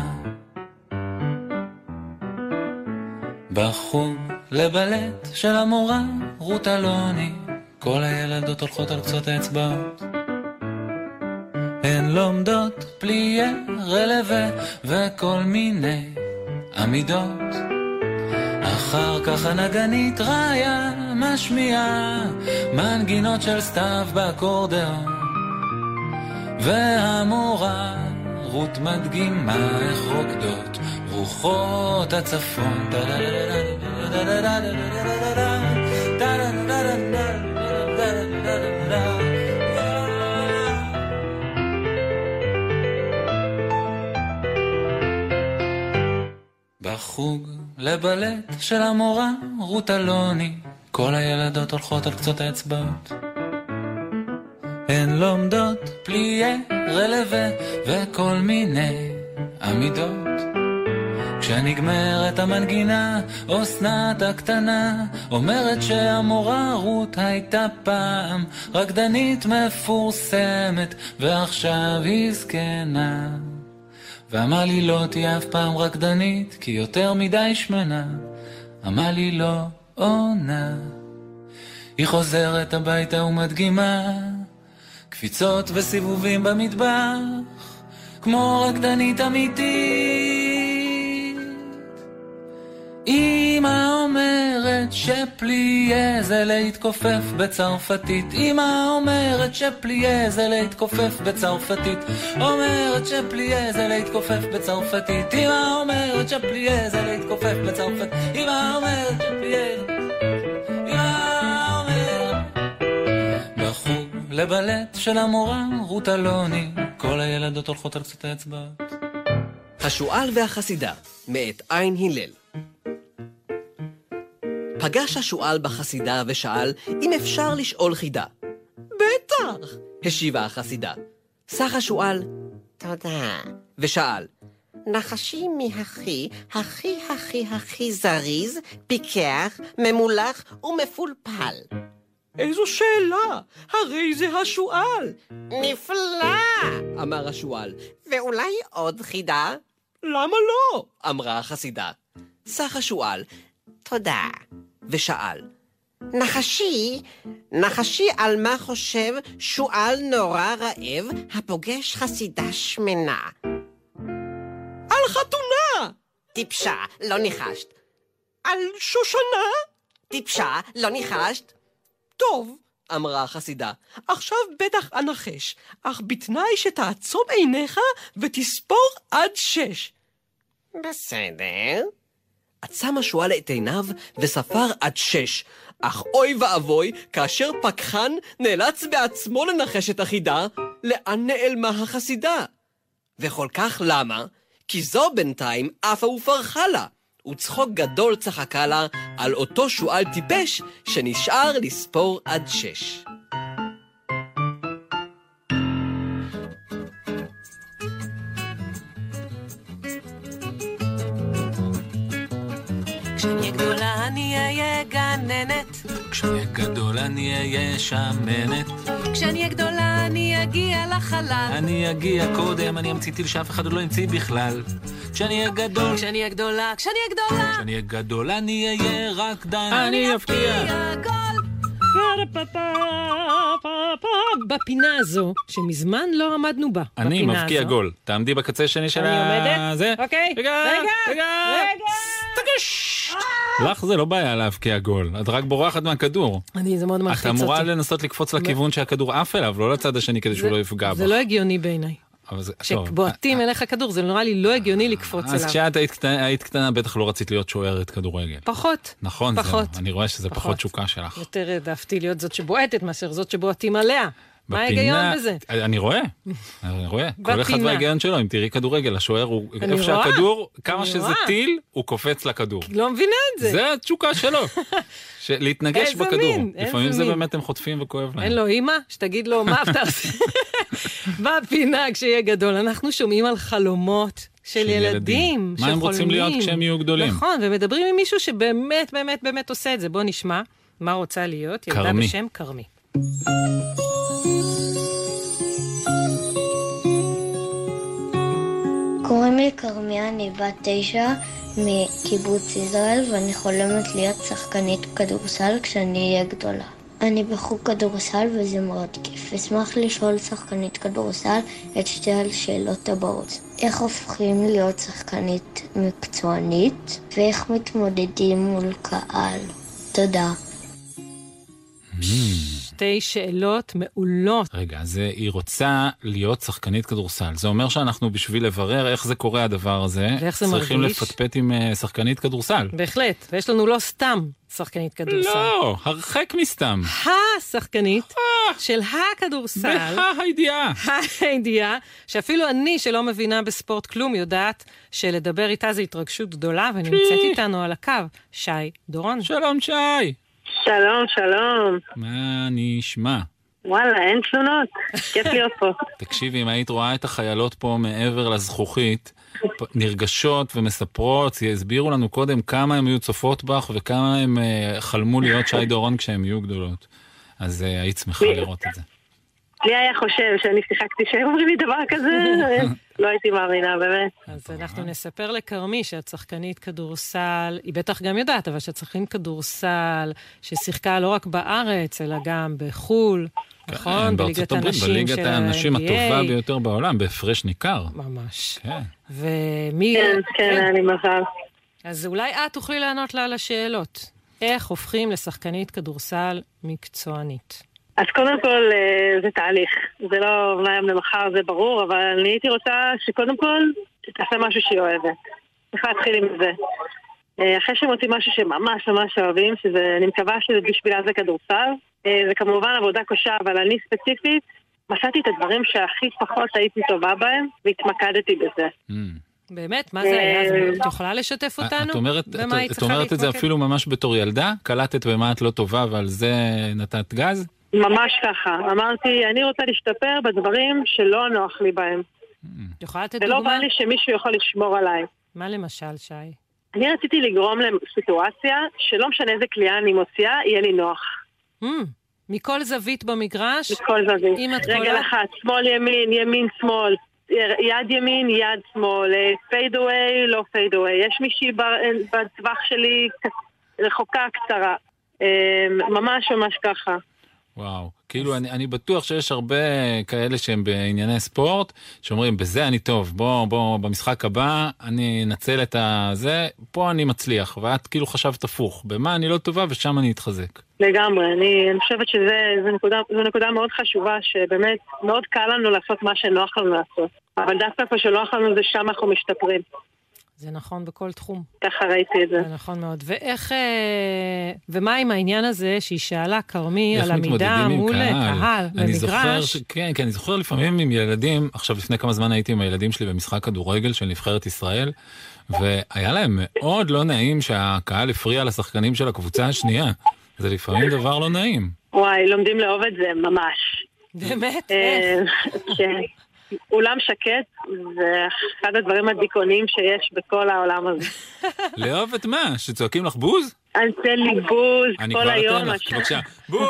Speaker 3: בחוג לבלט של המורה רות אלוני, כל הילדות הולכות על קצות האצבעות, הן לומדות פליה, רלווה וכל מיני עמידות. אחר כך הנגנית רעיה משמיעה מנגינות של סתיו באקורדיאון, והמורה רות מדגימה איך רוקדות רוחות הצפון.
Speaker 2: בחוג לבלט של המורה רות אלוני, כל הילדות הולכות על קצות האצבעות. הן לומדות פליה, רלווה וכל מיני עמידות. כשנגמרת המנגינה, אסנת הקטנה אומרת שהמורה רות הייתה פעם רקדנית מפורסמת ועכשיו היא זקנה. ואמר לי לא תהיה אף פעם רקדנית כי יותר מדי שמנה. אמר לי לא עונה. היא חוזרת הביתה ומדגימה קפיצות וסיבובים במטבח כמו רקדנית אמיתית. אמא אומרת שפליה זה להתכופף בצרפתית. אמא אומרת שפליה זה להתכופף בצרפתית. אומרת שפליה זה להתכופף בצרפתית. אמא אומרת שפליה זה להתכופף בצרפתית. אמא אומרת שפליה. אמא אומרת. בחוג לבלט של המורה רות אלוני, כל הילדות הולכות על קצות האצבעות.
Speaker 9: השועל והחסידה, מאת עין הלל. פגש השועל בחסידה ושאל אם אפשר לשאול חידה. בטח, השיבה החסידה. סך השועל,
Speaker 10: תודה.
Speaker 9: ושאל,
Speaker 10: נחשי מי הכי זריז, פיקח, ממולח ומפולפל.
Speaker 9: איזו שאלה, הרי זה השועל.
Speaker 10: נפלא,
Speaker 9: אמר השועל.
Speaker 10: ואולי עוד חידה?
Speaker 9: למה לא? אמרה החסידה. סך השועל,
Speaker 10: תודה.
Speaker 9: ושאל,
Speaker 10: נחשי על מה חושב שועל נורא רעב הפוגש חסידה שמנה.
Speaker 9: על חתונה!
Speaker 10: טיפשה, לא ניחשת.
Speaker 9: על שושנה?
Speaker 10: טיפשה, לא ניחשת.
Speaker 9: טוב, אמרה החסידה, עכשיו בטח אנחש, אך בתנאי שתעצום עיניך ותספור עד 6.
Speaker 10: בסדר.
Speaker 9: עצם השועל את עיניו וספר עד 6, אך אוי ואבוי, כאשר פקחן נאלץ בעצמו לנחש את החידה, לאן נעלמה החסידה? וכל כך למה? כי זו בינתיים עפה ופרחה לה, וצחוק גדול צחקה לה על אותו שועל טיפש שנשאר לספור עד 6.
Speaker 11: כשאני גדולה אני אהיה גננת,
Speaker 2: כשאני גדול אני אהיה שמנת,
Speaker 11: כשאני גדולה אני אגיע לחלל,
Speaker 2: אני אגיע קודם, אני אמציא טיל שאף אחד לא ימציא בכלל. כשאני גדול,
Speaker 11: כשאני גדולה,
Speaker 2: כשאני גדול אני אהיה רקדן,
Speaker 11: אני אבקיע גול.
Speaker 4: בפינה הזו, שמזמן לא עמדנו בה.
Speaker 3: אני מבקיע גול. תעמדי בקצה שני של
Speaker 4: אני עומדת? אוקיי.
Speaker 3: רגע. תגש. לך זה לא בעיה להבקיע גול. את רק בורחת מהכדור.
Speaker 4: זה מאוד מלחיץ אותי.
Speaker 3: את אמורה לנסות לקפוץ לכיוון שהכדור עף אליו, לא לצד השני כדי שהוא לא יפגע בך.
Speaker 4: זה לא הגיוני בעיניי. כשבועטים אליך כדור, זה נראה לי לא הגיוני לקפוץ אליו.
Speaker 3: אז כשאת היית קטנה, בטח לא רצית להיות שוערת כדורגל.
Speaker 4: פחות.
Speaker 3: נכון, אני רואה שזה פחות שוקה שלך.
Speaker 4: יותר העדפתי להיות זאת שבועטת מאשר זאת שבועטים עליה. מה ההיגיון בזה?
Speaker 3: אני רואה. כל אחד וההיגיון שלו, אם תראי כדורגל, השוער הוא, איפה שהכדור, כמה שזה טיל, הוא קופץ לכדור.
Speaker 4: לא מבינה את זה.
Speaker 3: זה התשוקה שלו. להתנגש בכדור. לפעמים זה באמת הם חוטפים וכואב להם.
Speaker 4: אין לו אמא, שתגיד לו מה אתה עושה. בפינה כשיהיה גדול, אנחנו שומעים על חלומות של ילדים.
Speaker 3: מה הם רוצים להיות כשהם יהיו גדולים.
Speaker 4: נכון, ומדברים עם מישהו שבאמת באמת באמת עושה את זה. בוא נשמע מה רוצה להיות ילדה בשם קרמי.
Speaker 12: קוראים לי קרמי, אני בת 9 מקיבוץ ישראל, ואני חולמת להיות שחקנית כדורסל כשאני אהיה גדולה. אני בחוג כדורסל וזה מאוד כיף. אשמח לשאול שחקנית כדורסל את שתי השאלות הבאות. איך הופכים להיות שחקנית מקצוענית, ואיך מתמודדים מול קהל? תודה.
Speaker 4: שתי שאלות מעולות.
Speaker 3: רגע, אז היא רוצה להיות שחקנית כדורסל. זה אומר שאנחנו בשביל לברר איך זה קורה הדבר הזה, צריכים לפטפט עם שחקנית כדורסל.
Speaker 4: בהחלט, ויש לנו לא סתם שחקנית כדורסל.
Speaker 3: לא, הרחק מסתם.
Speaker 4: השחקנית של הכדורסל. הידיעה, שאפילו אני שלא מבינה בספורט כלום יודעת שלדבר איתה זה התרגשות גדולה, ונמצאת איתנו על הקו, שי דורון.
Speaker 3: שלום שי.
Speaker 13: שלום, שלום.
Speaker 3: מה נשמע?
Speaker 13: וואלה, אין תלונות. כיף להיות פה.
Speaker 3: תקשיבי, אם היית רואה את החיילות פה מעבר לזכוכית, נרגשות ומספרות, הסבירו לנו קודם כמה הם היו צופות בך וכמה הם חלמו להיות שי דורון כשהם יהיו גדולות. אז היית שמחה לראות את זה.
Speaker 13: לי היה חושב שאני שיחקתי שהם אומרים לי דבר כזה, לא הייתי מאמינה, באמת.
Speaker 4: אז אנחנו נספר לקרמי שאת שחקנית כדורסל, היא בטח גם יודעת, אבל שאת שחקנית כדורסל, ששיחקה לא רק בארץ, אלא גם בחול, נכון?
Speaker 3: בליגת הנשים בליגת הנשים הטובה ביותר בעולם, בהפרש ניכר.
Speaker 4: ממש.
Speaker 13: כן, כן, אני מזל.
Speaker 4: אז אולי את תוכלי לענות לה על השאלות. איך הופכים לשחקנית כדורסל מקצוענית?
Speaker 13: אז קודם כל זה תהליך, זה לא מהיום למחר, זה ברור, אבל אני הייתי רוצה שקודם כל תעשה משהו שהיא אוהבת. צריך להתחיל עם זה. אחרי שמוצאים משהו שממש ממש אוהבים, אני מקווה שבשבילה זה כדורסל, זה כמובן עבודה קשה, אבל אני ספציפית מצאתי את הדברים שהכי פחות הייתי טובה בהם, והתמקדתי בזה.
Speaker 4: באמת? מה זה היה? את יכולה לשתף אותנו?
Speaker 3: את אומרת את זה אפילו ממש בתור ילדה? קלטת במה את לא טובה, ועל זה נתת גז?
Speaker 13: ממש ככה. אמרתי, אני רוצה להשתפר בדברים שלא נוח לי בהם.
Speaker 4: יכולה לתת דוגמה?
Speaker 13: ולא בא לי שמישהו יכול לשמור עליי.
Speaker 4: מה למשל, שי?
Speaker 13: אני רציתי לגרום לסיטואציה שלא משנה איזה קליעה אני מוציאה, יהיה לי נוח.
Speaker 4: מכל זווית במגרש?
Speaker 13: מכל זווית. רגל אחת, שמאל ימין, ימין שמאל, יד ימין, יד שמאל, פייד אווי, לא פייד אווי. יש מישהי בטווח שלי רחוקה קצרה. ממש ממש ככה.
Speaker 3: וואו, כאילו אני בטוח שיש הרבה כאלה שהם בענייני ספורט, שאומרים, בזה אני טוב, בוא, במשחק הבא אני אנצל את הזה, פה אני מצליח, ואת כאילו חשבת הפוך, במה אני לא טובה ושם אני אתחזק.
Speaker 13: לגמרי, אני חושבת שזו נקודה מאוד חשובה, שבאמת מאוד קל לנו לעשות מה שנוח לנו לעשות, אבל דווקא פה שנוח לנו זה שם אנחנו משתפרים.
Speaker 4: זה נכון בכל תחום.
Speaker 13: ככה ראיתי את זה.
Speaker 4: זה נכון מאוד. ומה עם העניין הזה שהיא שאלה קרמי על עמידה מול קהל במגרש?
Speaker 3: כן, אני זוכר לפעמים עם ילדים, עכשיו לפני כמה זמן הייתי עם הילדים שלי במשחק כדורגל של נבחרת ישראל, והיה להם מאוד לא נעים שהקהל הפריע לשחקנים של הקבוצה השנייה. זה לפעמים דבר לא נעים.
Speaker 13: וואי, לומדים לאהוב את זה ממש.
Speaker 4: באמת?
Speaker 13: כן. אולם שקט זה אחד הדברים הדיכאוניים שיש בכל העולם הזה.
Speaker 3: לאהוב את מה? שצועקים לך בוז?
Speaker 13: אני תן לי בוז כל היום.
Speaker 3: בבקשה. בוז!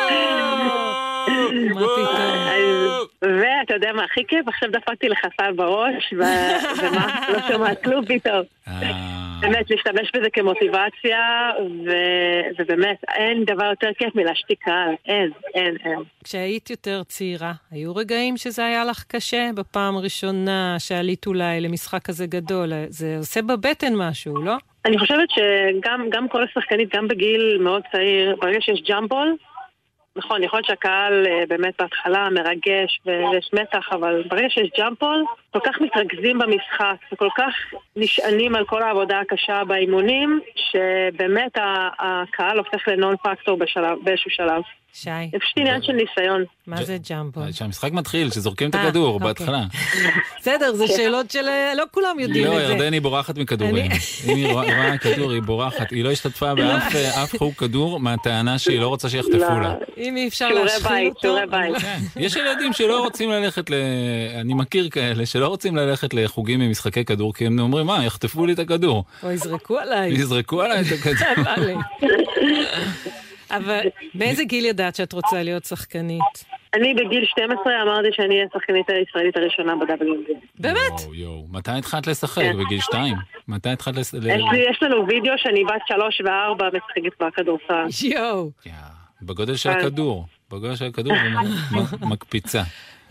Speaker 13: ואתה יודע מה הכי כיף? עכשיו דפקתי לך סל בראש, ומה? לא שומע כלום פתאום. באמת, להשתמש בזה כמוטיבציה, ובאמת, אין דבר יותר כיף מלהשתיק קהל. אין.
Speaker 4: כשהיית יותר צעירה, היו רגעים שזה היה לך קשה בפעם הראשונה שעלית אולי למשחק כזה גדול? זה עושה בבטן משהו, לא?
Speaker 13: אני חושבת שגם כל השחקנית, גם בגיל מאוד צעיר, ברגע שיש ג'אמפול, נכון, יכול להיות שהקהל באמת בהתחלה מרגש ויש מתח, אבל ברגע שיש ג'אמפול, כל כך מתרכזים במשחק, וכל כך נשענים על כל העבודה הקשה באימונים, שבאמת הקהל הופך לנון פקטור באיזשהו שלב.
Speaker 4: שי.
Speaker 13: זה פשוט עניין של ניסיון.
Speaker 4: מה זה ג'אמפול?
Speaker 3: שהמשחק מתחיל, שזורקים את הכדור בהתחלה.
Speaker 4: בסדר, זה שאלות של... לא כולם יודעים את זה.
Speaker 3: לא, ירדן היא בורחת מכדורים. אם היא רואה כדור, היא בורחת. היא לא השתתפה באף חוג כדור מהטענה שהיא לא רוצה שיחטפו לה.
Speaker 4: אם אי אפשר להשחיל אותו...
Speaker 13: שיעורי בית.
Speaker 3: יש ילדים שלא רוצים ללכת אני מכיר כאלה שלא רוצים ללכת לחוגים ממשחקי כדור, כי הם אומרים, מה, יחטפו לי את הכדור.
Speaker 4: או יזרקו עליי.
Speaker 3: יזרקו עליי את הכדור.
Speaker 4: אבל באיזה גיל ידעת שאת רוצה להיות שחקנית?
Speaker 13: אני בגיל 12 אמרתי שאני אהיה השחקנית הישראלית הראשונה ב-WNBA.
Speaker 4: באמת?
Speaker 3: יואו, מתי התחלת לשחק? בגיל 2? מתי התחלת
Speaker 13: יש לנו וידאו שאני בת 3 ו4 משחקת בכדורסל.
Speaker 4: יואו.
Speaker 3: בגודל של הכדור. בגודל של הכדור מקפיצה.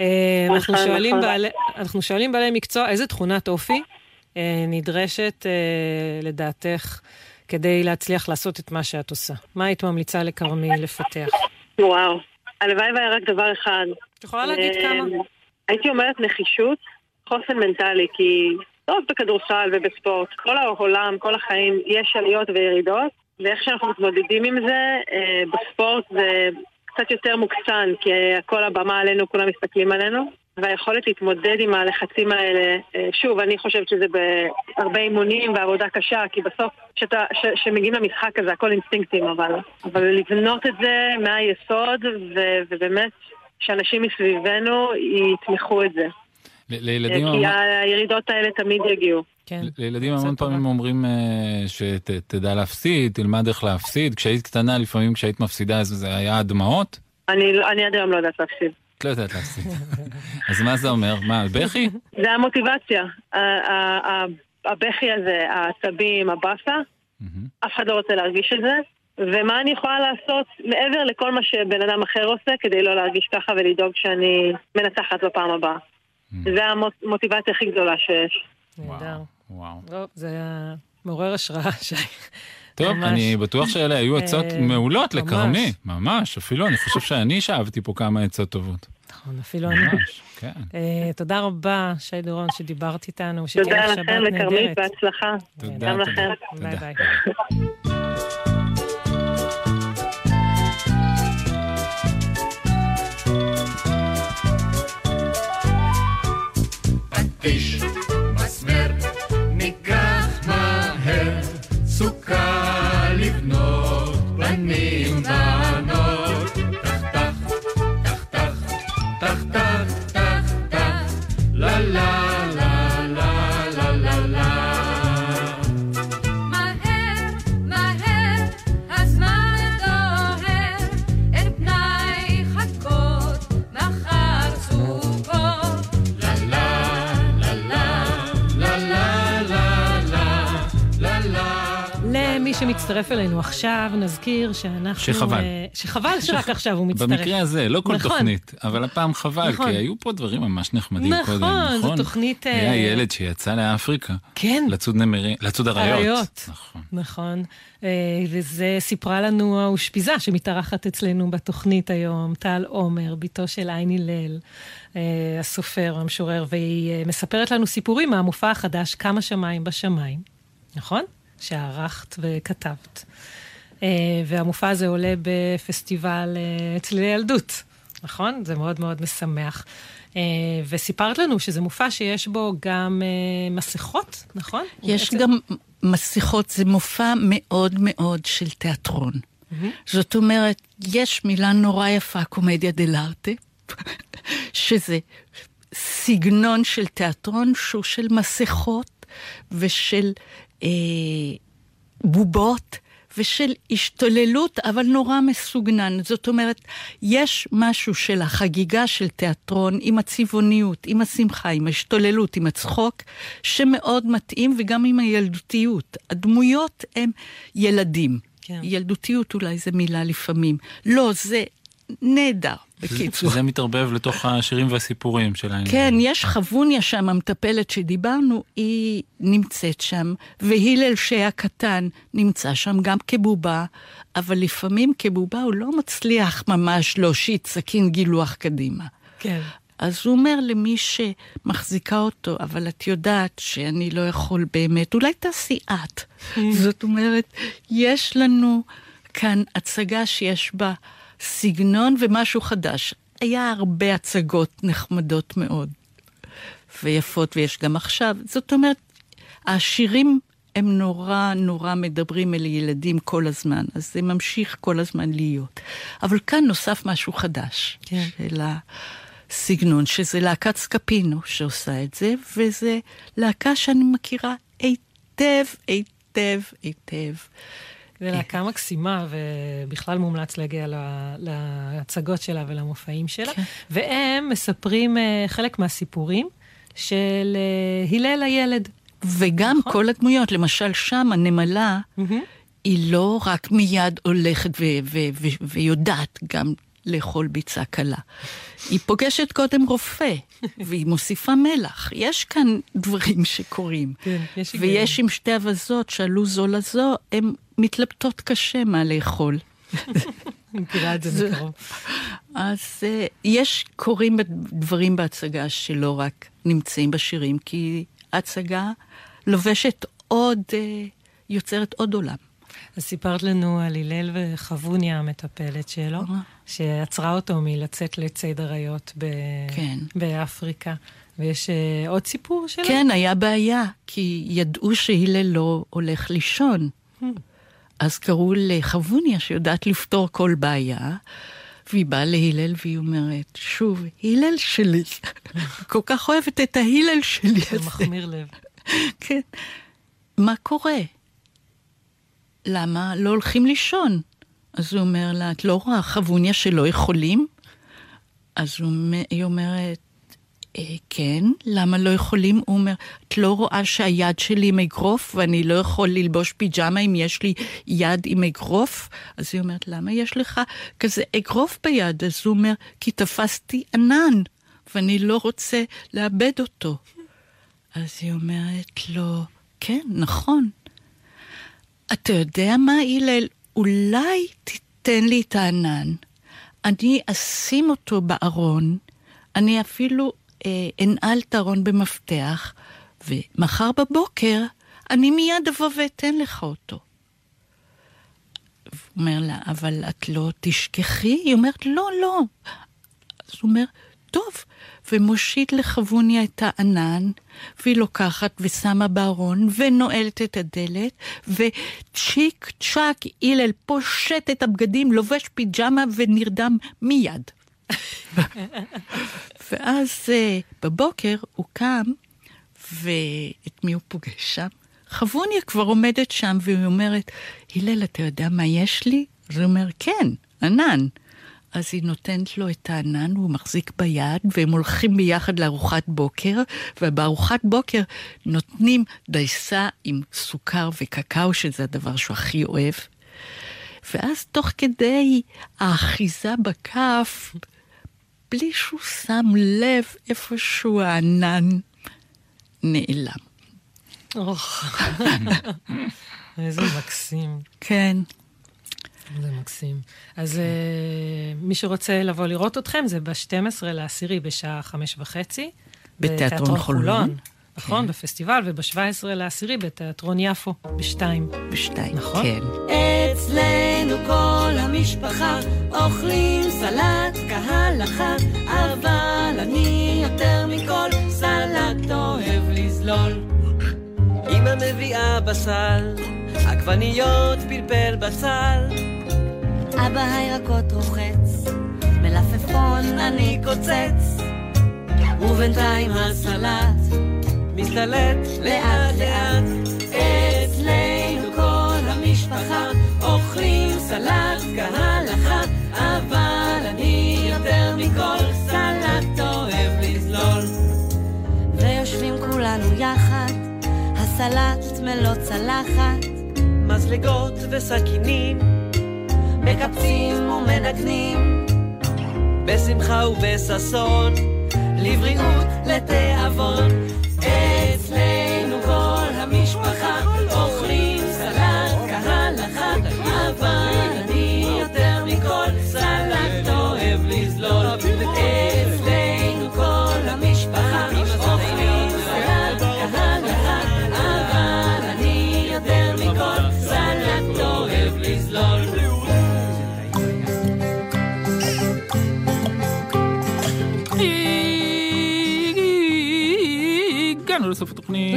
Speaker 4: אנחנו שואלים בעלי מקצוע, איזה תכונת אופי נדרשת לדעתך כדי להצליח לעשות את מה שאת עושה? מה היית ממליצה לקרמי לפתח?
Speaker 13: וואו, הלוואי והיה רק דבר אחד.
Speaker 4: את יכולה להגיד כמה?
Speaker 13: הייתי אומרת נחישות, חוסן מנטלי, כי טוב בכדורסל ובספורט, כל העולם, כל החיים, יש עליות וירידות, ואיך שאנחנו מתמודדים עם זה, בספורט זה קצת יותר מוקצן, כי כל הבמה עלינו, כולם מסתכלים עלינו, והיכולת להתמודד עם הלחצים האלה, שוב, אני חושבת שזה בהרבה אימונים ועבודה קשה, כי בסוף שמגיעים למשחק הזה, הכל אינסטינקטים, אבל לבנות את זה מהיסוד, ובאמת שאנשים מסביבנו יתמכו את זה. כי הירידות האלה תמיד יגיעו.
Speaker 3: לילדים המון פעמים אומרים שתדע להפסיד, תלמד איך להפסיד. כשהיית קטנה, לפעמים כשהיית מפסידה, זה היה הדמעות?
Speaker 13: אני עד היום לא יודעת להפסיד.
Speaker 3: את לא יודעת להפסיד. אז מה זה אומר? מה, בכי?
Speaker 13: זה המוטיבציה. הבכי הזה, העצבים, הבאסה, אף אחד לא רוצה להרגיש את זה. ומה אני יכולה לעשות מעבר לכל מה שבן אדם אחר עושה, כדי לא להרגיש ככה ולדאוג שאני מנצחת בפעם הבאה. זה המוטיבציה הכי גדולה שיש.
Speaker 4: נהדר. זה היה מעורר השראה, שי.
Speaker 3: טוב, אני בטוח שאלה היו עצות מעולות לקרני. ממש, אפילו אני חושב שאני שאהבתי פה כמה עצות טובות.
Speaker 4: נכון, אפילו אני. תודה רבה, שי דורון, שדיברת איתנו.
Speaker 13: תודה לכם לקרנית, בהצלחה.
Speaker 3: תודה.
Speaker 13: גם לכם.
Speaker 4: ביי ביי.
Speaker 2: פטיש, מסמר, ניקח מהר, סוכה לבנות, בנים בנות, תח תח, תח תח, תח תח, תח תח, לה לה לה לה לה לה לה.
Speaker 11: מהר, מהר, הזמן דוהר, אין פנאי חכות, מחר סוכות.
Speaker 4: למי שמצטרף אלינו עכשיו, נזכיר שאנחנו... שחבל שרק עכשיו הוא מצטרף.
Speaker 3: במקרה הזה, לא כל תוכנית, אבל הפעם חבל, כי היו פה דברים ממש נחמדים קודם, נכון?
Speaker 4: נכון, זו תוכנית...
Speaker 3: היה ילד שיצא לאפריקה.
Speaker 4: כן.
Speaker 3: לצוד אריות.
Speaker 4: נכון. וזה סיפרה לנו האושפיזה שמתארחת אצלנו בתוכנית היום, טל עומר, ביתו של עין הלל, הסופר, המשורר, והיא מספרת לנו סיפורים מהמופע החדש, כמה שמיים בשמיים. נכון? שערכת וכתבת. והמופע הזה עולה בפסטיבל צלילי ילדות, נכון? זה מאוד מאוד משמח. וסיפרת לנו שזה מופע שיש בו גם מסכות, נכון?
Speaker 5: יש גם מסכות, זה מופע מאוד מאוד של תיאטרון. זאת אומרת, יש מילה נורא יפה, קומדיה דלארטה, שזה סגנון של תיאטרון שהוא של מסכות ושל בובות ושל השתוללות, אבל נורא מסוגנן. זאת אומרת, יש משהו של החגיגה של תיאטרון עם הצבעוניות, עם השמחה, עם ההשתוללות, עם הצחוק, שמאוד מתאים, וגם עם הילדותיות. הדמויות הם ילדים. כן. ילדותיות אולי זה מילה לפעמים. לא, זה נהדר. בקיצור.
Speaker 3: זה מתערבב לתוך השירים והסיפורים שלהם.
Speaker 5: כן, יש חבוניה שם, המטפלת שדיברנו, היא נמצאת שם, והילל שהיה קטן נמצא שם גם כבובה, אבל לפעמים כבובה הוא לא מצליח ממש להושיט סכין גילוח קדימה.
Speaker 4: כן.
Speaker 5: אז הוא אומר למי שמחזיקה אותו, אבל את יודעת שאני לא יכול באמת, אולי תעשי את. זאת אומרת, יש לנו כאן הצגה שיש בה סגנון ומשהו חדש. היה הרבה הצגות נחמדות מאוד ויפות, ויש גם עכשיו. זאת אומרת, השירים הם נורא נורא מדברים אל ילדים כל הזמן, אז זה ממשיך כל הזמן להיות. אבל כאן נוסף משהו חדש, כן. של הסגנון, שזה להקת סקפינו שעושה את זה, וזה להקה שאני מכירה היטב, היטב, היטב.
Speaker 4: זה להקה מקסימה, ובכלל מומלץ להגיע להצגות שלה ולמופעים שלה. כן. והם מספרים חלק מהסיפורים של הלל הילד.
Speaker 5: וגם נכון? כל הדמויות, למשל שם הנמלה, היא לא רק מיד הולכת ויודעת גם לאכול ביצה קלה. היא פוגשת קודם רופא, והיא מוסיפה מלח. יש כאן דברים שקורים.
Speaker 4: כן, יש
Speaker 5: ויש עם שתי אבזות שעלו זו לזו, הן מתלבטות קשה מה לאכול.
Speaker 4: אני מכירה את זה מקרוב.
Speaker 5: אז קוראים דברים בהצגה שלא רק נמצאים בשירים, כי ההצגה לובשת יוצרת עוד עולם.
Speaker 4: אז סיפרת לנו על הלל וחבוניה המטפלת שלו, שעצרה אותו מלצאת לציד אריות באפריקה. ויש עוד סיפור שלו?
Speaker 5: כן, היה בעיה, כי ידעו שהלל לא הולך לישון. אז קראו לחבוניה שיודעת לפתור כל בעיה, והיא באה להלל והיא אומרת, שוב, הלל שלי. כל כך אוהבת את ההלל שלי.
Speaker 4: זה מחמיר לב.
Speaker 5: כן. מה קורה? למה לא הולכים לישון? אז הוא אומר לה, את לא רואה חבוניה שלא יכולים? אז היא אומרת, כן, למה לא יכולים? הוא אומר, את לא רואה שהיד שלי עם אגרוף, ואני לא יכול ללבוש פיג'מה אם יש לי יד עם אגרוף? אז היא אומרת, למה יש לך כזה אגרוף ביד? אז הוא אומר, כי תפסתי ענן, ואני לא רוצה לאבד אותו. אז היא אומרת לו, כן, נכון. אתה יודע מה, הלל? אולי תיתן לי את הענן. אני אשים אותו בארון, אני אפילו אנעל את הארון במפתח, ומחר בבוקר אני מיד אבוא ואתן לך אותו. הוא אומר לה, אבל את לא תשכחי? היא אומרת, לא, לא. אז הוא אומר, טוב, ומושיט לחבוניה את הענן, והיא לוקחת ושמה בארון, ונועלת את הדלת, וצ'יק צ'ק הלל פושט את הבגדים, לובש פיג'מה ונרדם מיד. ואז בבוקר הוא קם, ואת מי הוא פוגש שם? חבוניה כבר עומדת שם, והיא אומרת, הלל, אתה יודע מה יש לי? אז הוא אומר, כן, ענן. אז היא נותנת לו את הענן, הוא מחזיק ביד, והם הולכים ביחד לארוחת בוקר, ובארוחת בוקר נותנים דייסה עם סוכר וקקאו, שזה הדבר שהוא הכי אוהב. ואז תוך כדי האחיזה בכף, בלי שהוא שם לב איפשהו הענן נעלם.
Speaker 4: איזה מקסים.
Speaker 5: כן.
Speaker 4: זה מקסים. אז מי שרוצה לבוא לראות אתכם, זה ב-12/10 בשעה 5:30.
Speaker 5: בתיאטרון חולון.
Speaker 4: נכון, בפסטיבל, וב-17/10 בתיאטרון יפו, ב-2. נכון?
Speaker 5: כן.
Speaker 14: אצלנו כל המשפחה אוכלים סלט כהלכה, אבל אני יותר מכל סלט אוהב לזלול.
Speaker 9: אמא מביאה בסל, עגבניות פלפל בצל,
Speaker 14: אבא הירקות רוחץ, מלפפון אני קוצץ, ובינתיים הסלט
Speaker 9: מסתלט לאט לאט.
Speaker 14: אצלנו כל המשפחה אוכלים סלט כהלכה, אבל אני יותר מכל סלט אוהב לזלול. ויושבים כולנו יחד, הסלט מלא צלחת,
Speaker 9: מזלגות וסכינים,
Speaker 14: מקפצים ומנגנים,
Speaker 9: בשמחה ובששון,
Speaker 14: לבריאות לתיאבון. אצלנו כל המשפחה אוכלים סלט כהלכה, אבל אני יותר מכל סלט אוהב לזלול. אצלנו כל המשפחה אוכלים סלט כהלכה, אבל אני יותר מכל סלט אוהב לזלול.
Speaker 3: לסוף התוכנית.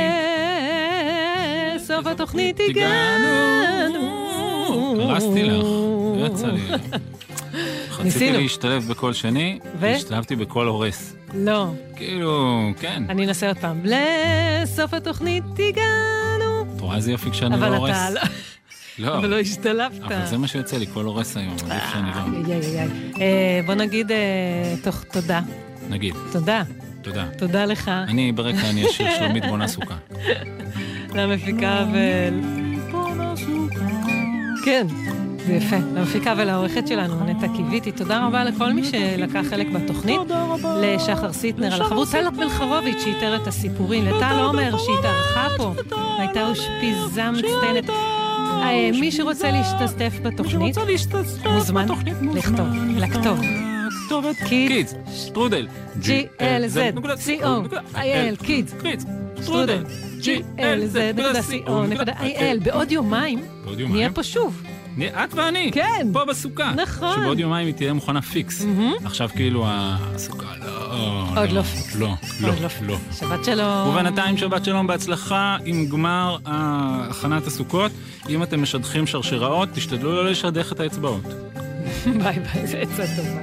Speaker 4: לסוף התוכנית הגענו.
Speaker 3: הרסתי לך, יצא לי. רציתי להשתלב בקול שני, והשתלבתי בקול הורס.
Speaker 4: לא.
Speaker 3: כאילו, כן.
Speaker 4: אני אנסה עוד פעם. לסוף התוכנית הגענו.
Speaker 3: את רואה איזה יופי כשאני לא הורס?
Speaker 4: אבל אתה לא. אבל לא השתלבת.
Speaker 3: אבל זה מה שיוצא לי, קול הורס היום. עדיף שאני לא.
Speaker 4: בוא נגיד תודה.
Speaker 3: נגיד.
Speaker 4: תודה.
Speaker 3: תודה.
Speaker 4: תודה לך.
Speaker 3: אני ברקע, אני אשיר שלומית בונה סוכה.
Speaker 4: למפיקה כן, זה יפה. למפיקה ולעורכת שלנו, נטע קיוויתי. תודה רבה לכל מי שלקח חלק בתוכנית. לשחר סיטנר, על החברות טל בלחרוביץ' שאיתר את הסיפורים. לטל עומר שהתארחה פה. הייתה אושפיזה מצטיינת. מי שרוצה להשתתף בתוכנית, מוזמן לכתוב.
Speaker 3: כתובת קידס, שטרודל,
Speaker 4: glz.co.il, קידס, שטרודל, glz.co.il. בעוד יומיים נהיה פה שוב.
Speaker 3: את ואני,
Speaker 4: כן.
Speaker 3: פה בסוכה.
Speaker 4: נכון.
Speaker 3: שבעוד יומיים היא תהיה מוכנה פיקס. עכשיו כאילו הסוכה,
Speaker 4: עוד לא פיקס.
Speaker 3: לא.
Speaker 4: שבת שלום.
Speaker 3: ובינתיים שבת שלום, בהצלחה עם גמר הכנת הסוכות. אם אתם משדכים שרשראות, תשתדלו לא לשדך את האצבעות.
Speaker 4: ביי, זה עצה טובה.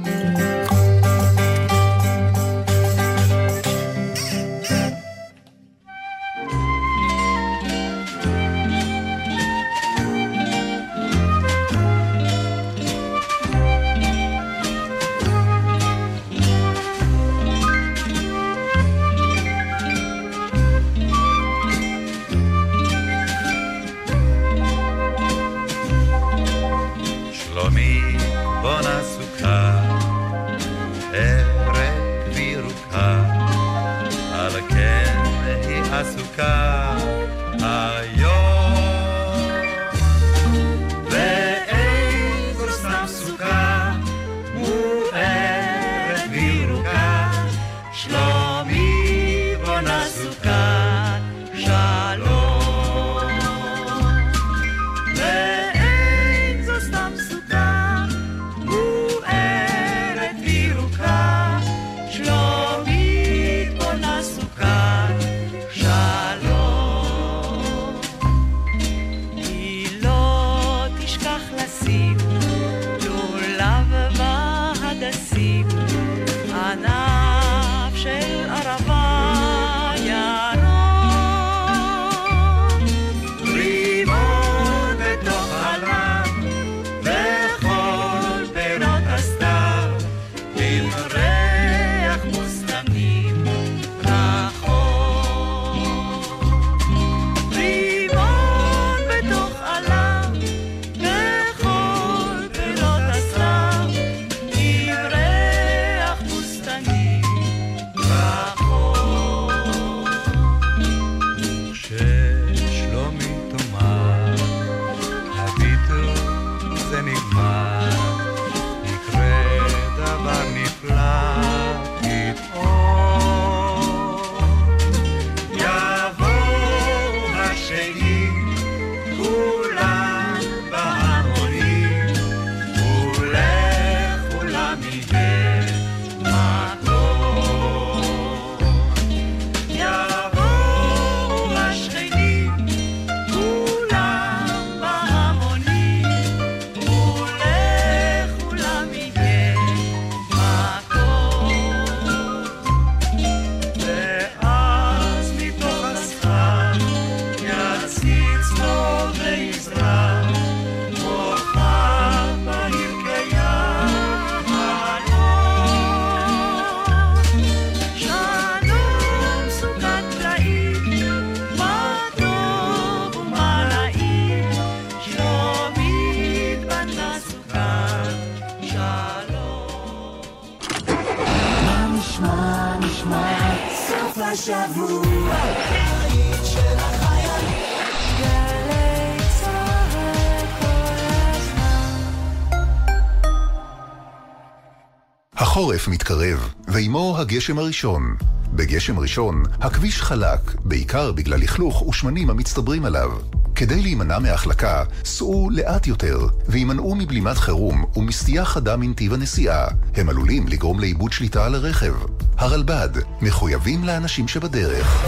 Speaker 15: החורף מתקרב, ועמו הגשם הראשון. בגשם ראשון, הכביש חלק, בעיקר בגלל לכלוך ושמנים המצטברים עליו. כדי להימנע מהחלקה, סעו לאט יותר, וימנעו מבלימת חירום ומסטייה חדה מנתיב הנסיעה. הם עלולים לגרום לאיבוד שליטה על הרכב. הרלב"ד, מחויבים לאנשים שבדרך.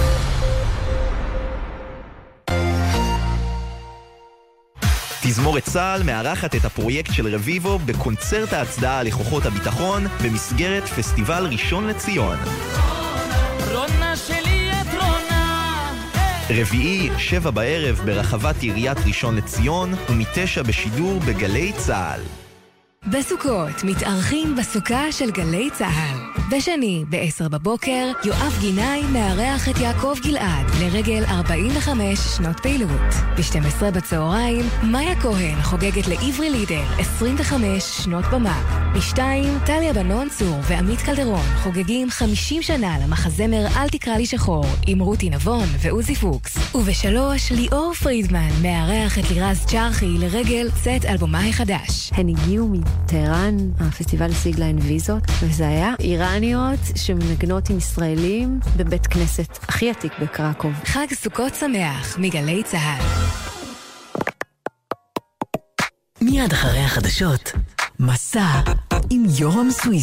Speaker 16: תזמורת צה"ל מארחת את הפרויקט של רביבו בקונצרט ההצדעה לכוחות הביטחון במסגרת פסטיבל ראשון לציון.
Speaker 14: רונה שלי את רונה.
Speaker 16: רביעי, 7 בערב ברחבת עיריית ראשון לציון, ומ9 בשידור בגלי צה"ל.
Speaker 1: בסוכות מתארחים בסוכה של גלי צהל. בשני, ב-10 בבוקר, יואב גינאי מארח את יעקב גלעד לרגל 45 שנות פעילות. ב-12 בצהריים, מאיה כהן חוגגת לעברי לידר 25 שנות במה. ב-2, טליה בנון צור ועמית קלדרון חוגגים 50 שנה למחזמר אל תקרא לי שחור עם רותי נבון ועוזי פוקס. וב-3, ליאור פרידמן מארח את לירז צ'רחי לרגל צאת אלבומה החדש.
Speaker 17: הן הגיעו מטהרן, הפסטיבל השיג להן ויזות, וזה היה איראניות שמנגנות עם ישראלים בבית כנסת הכי עתיק בקרקוב.
Speaker 1: חג סוכות שמח מגלי צהל.
Speaker 18: מיד אחרי החדשות, מסע עם יורם סוויסה.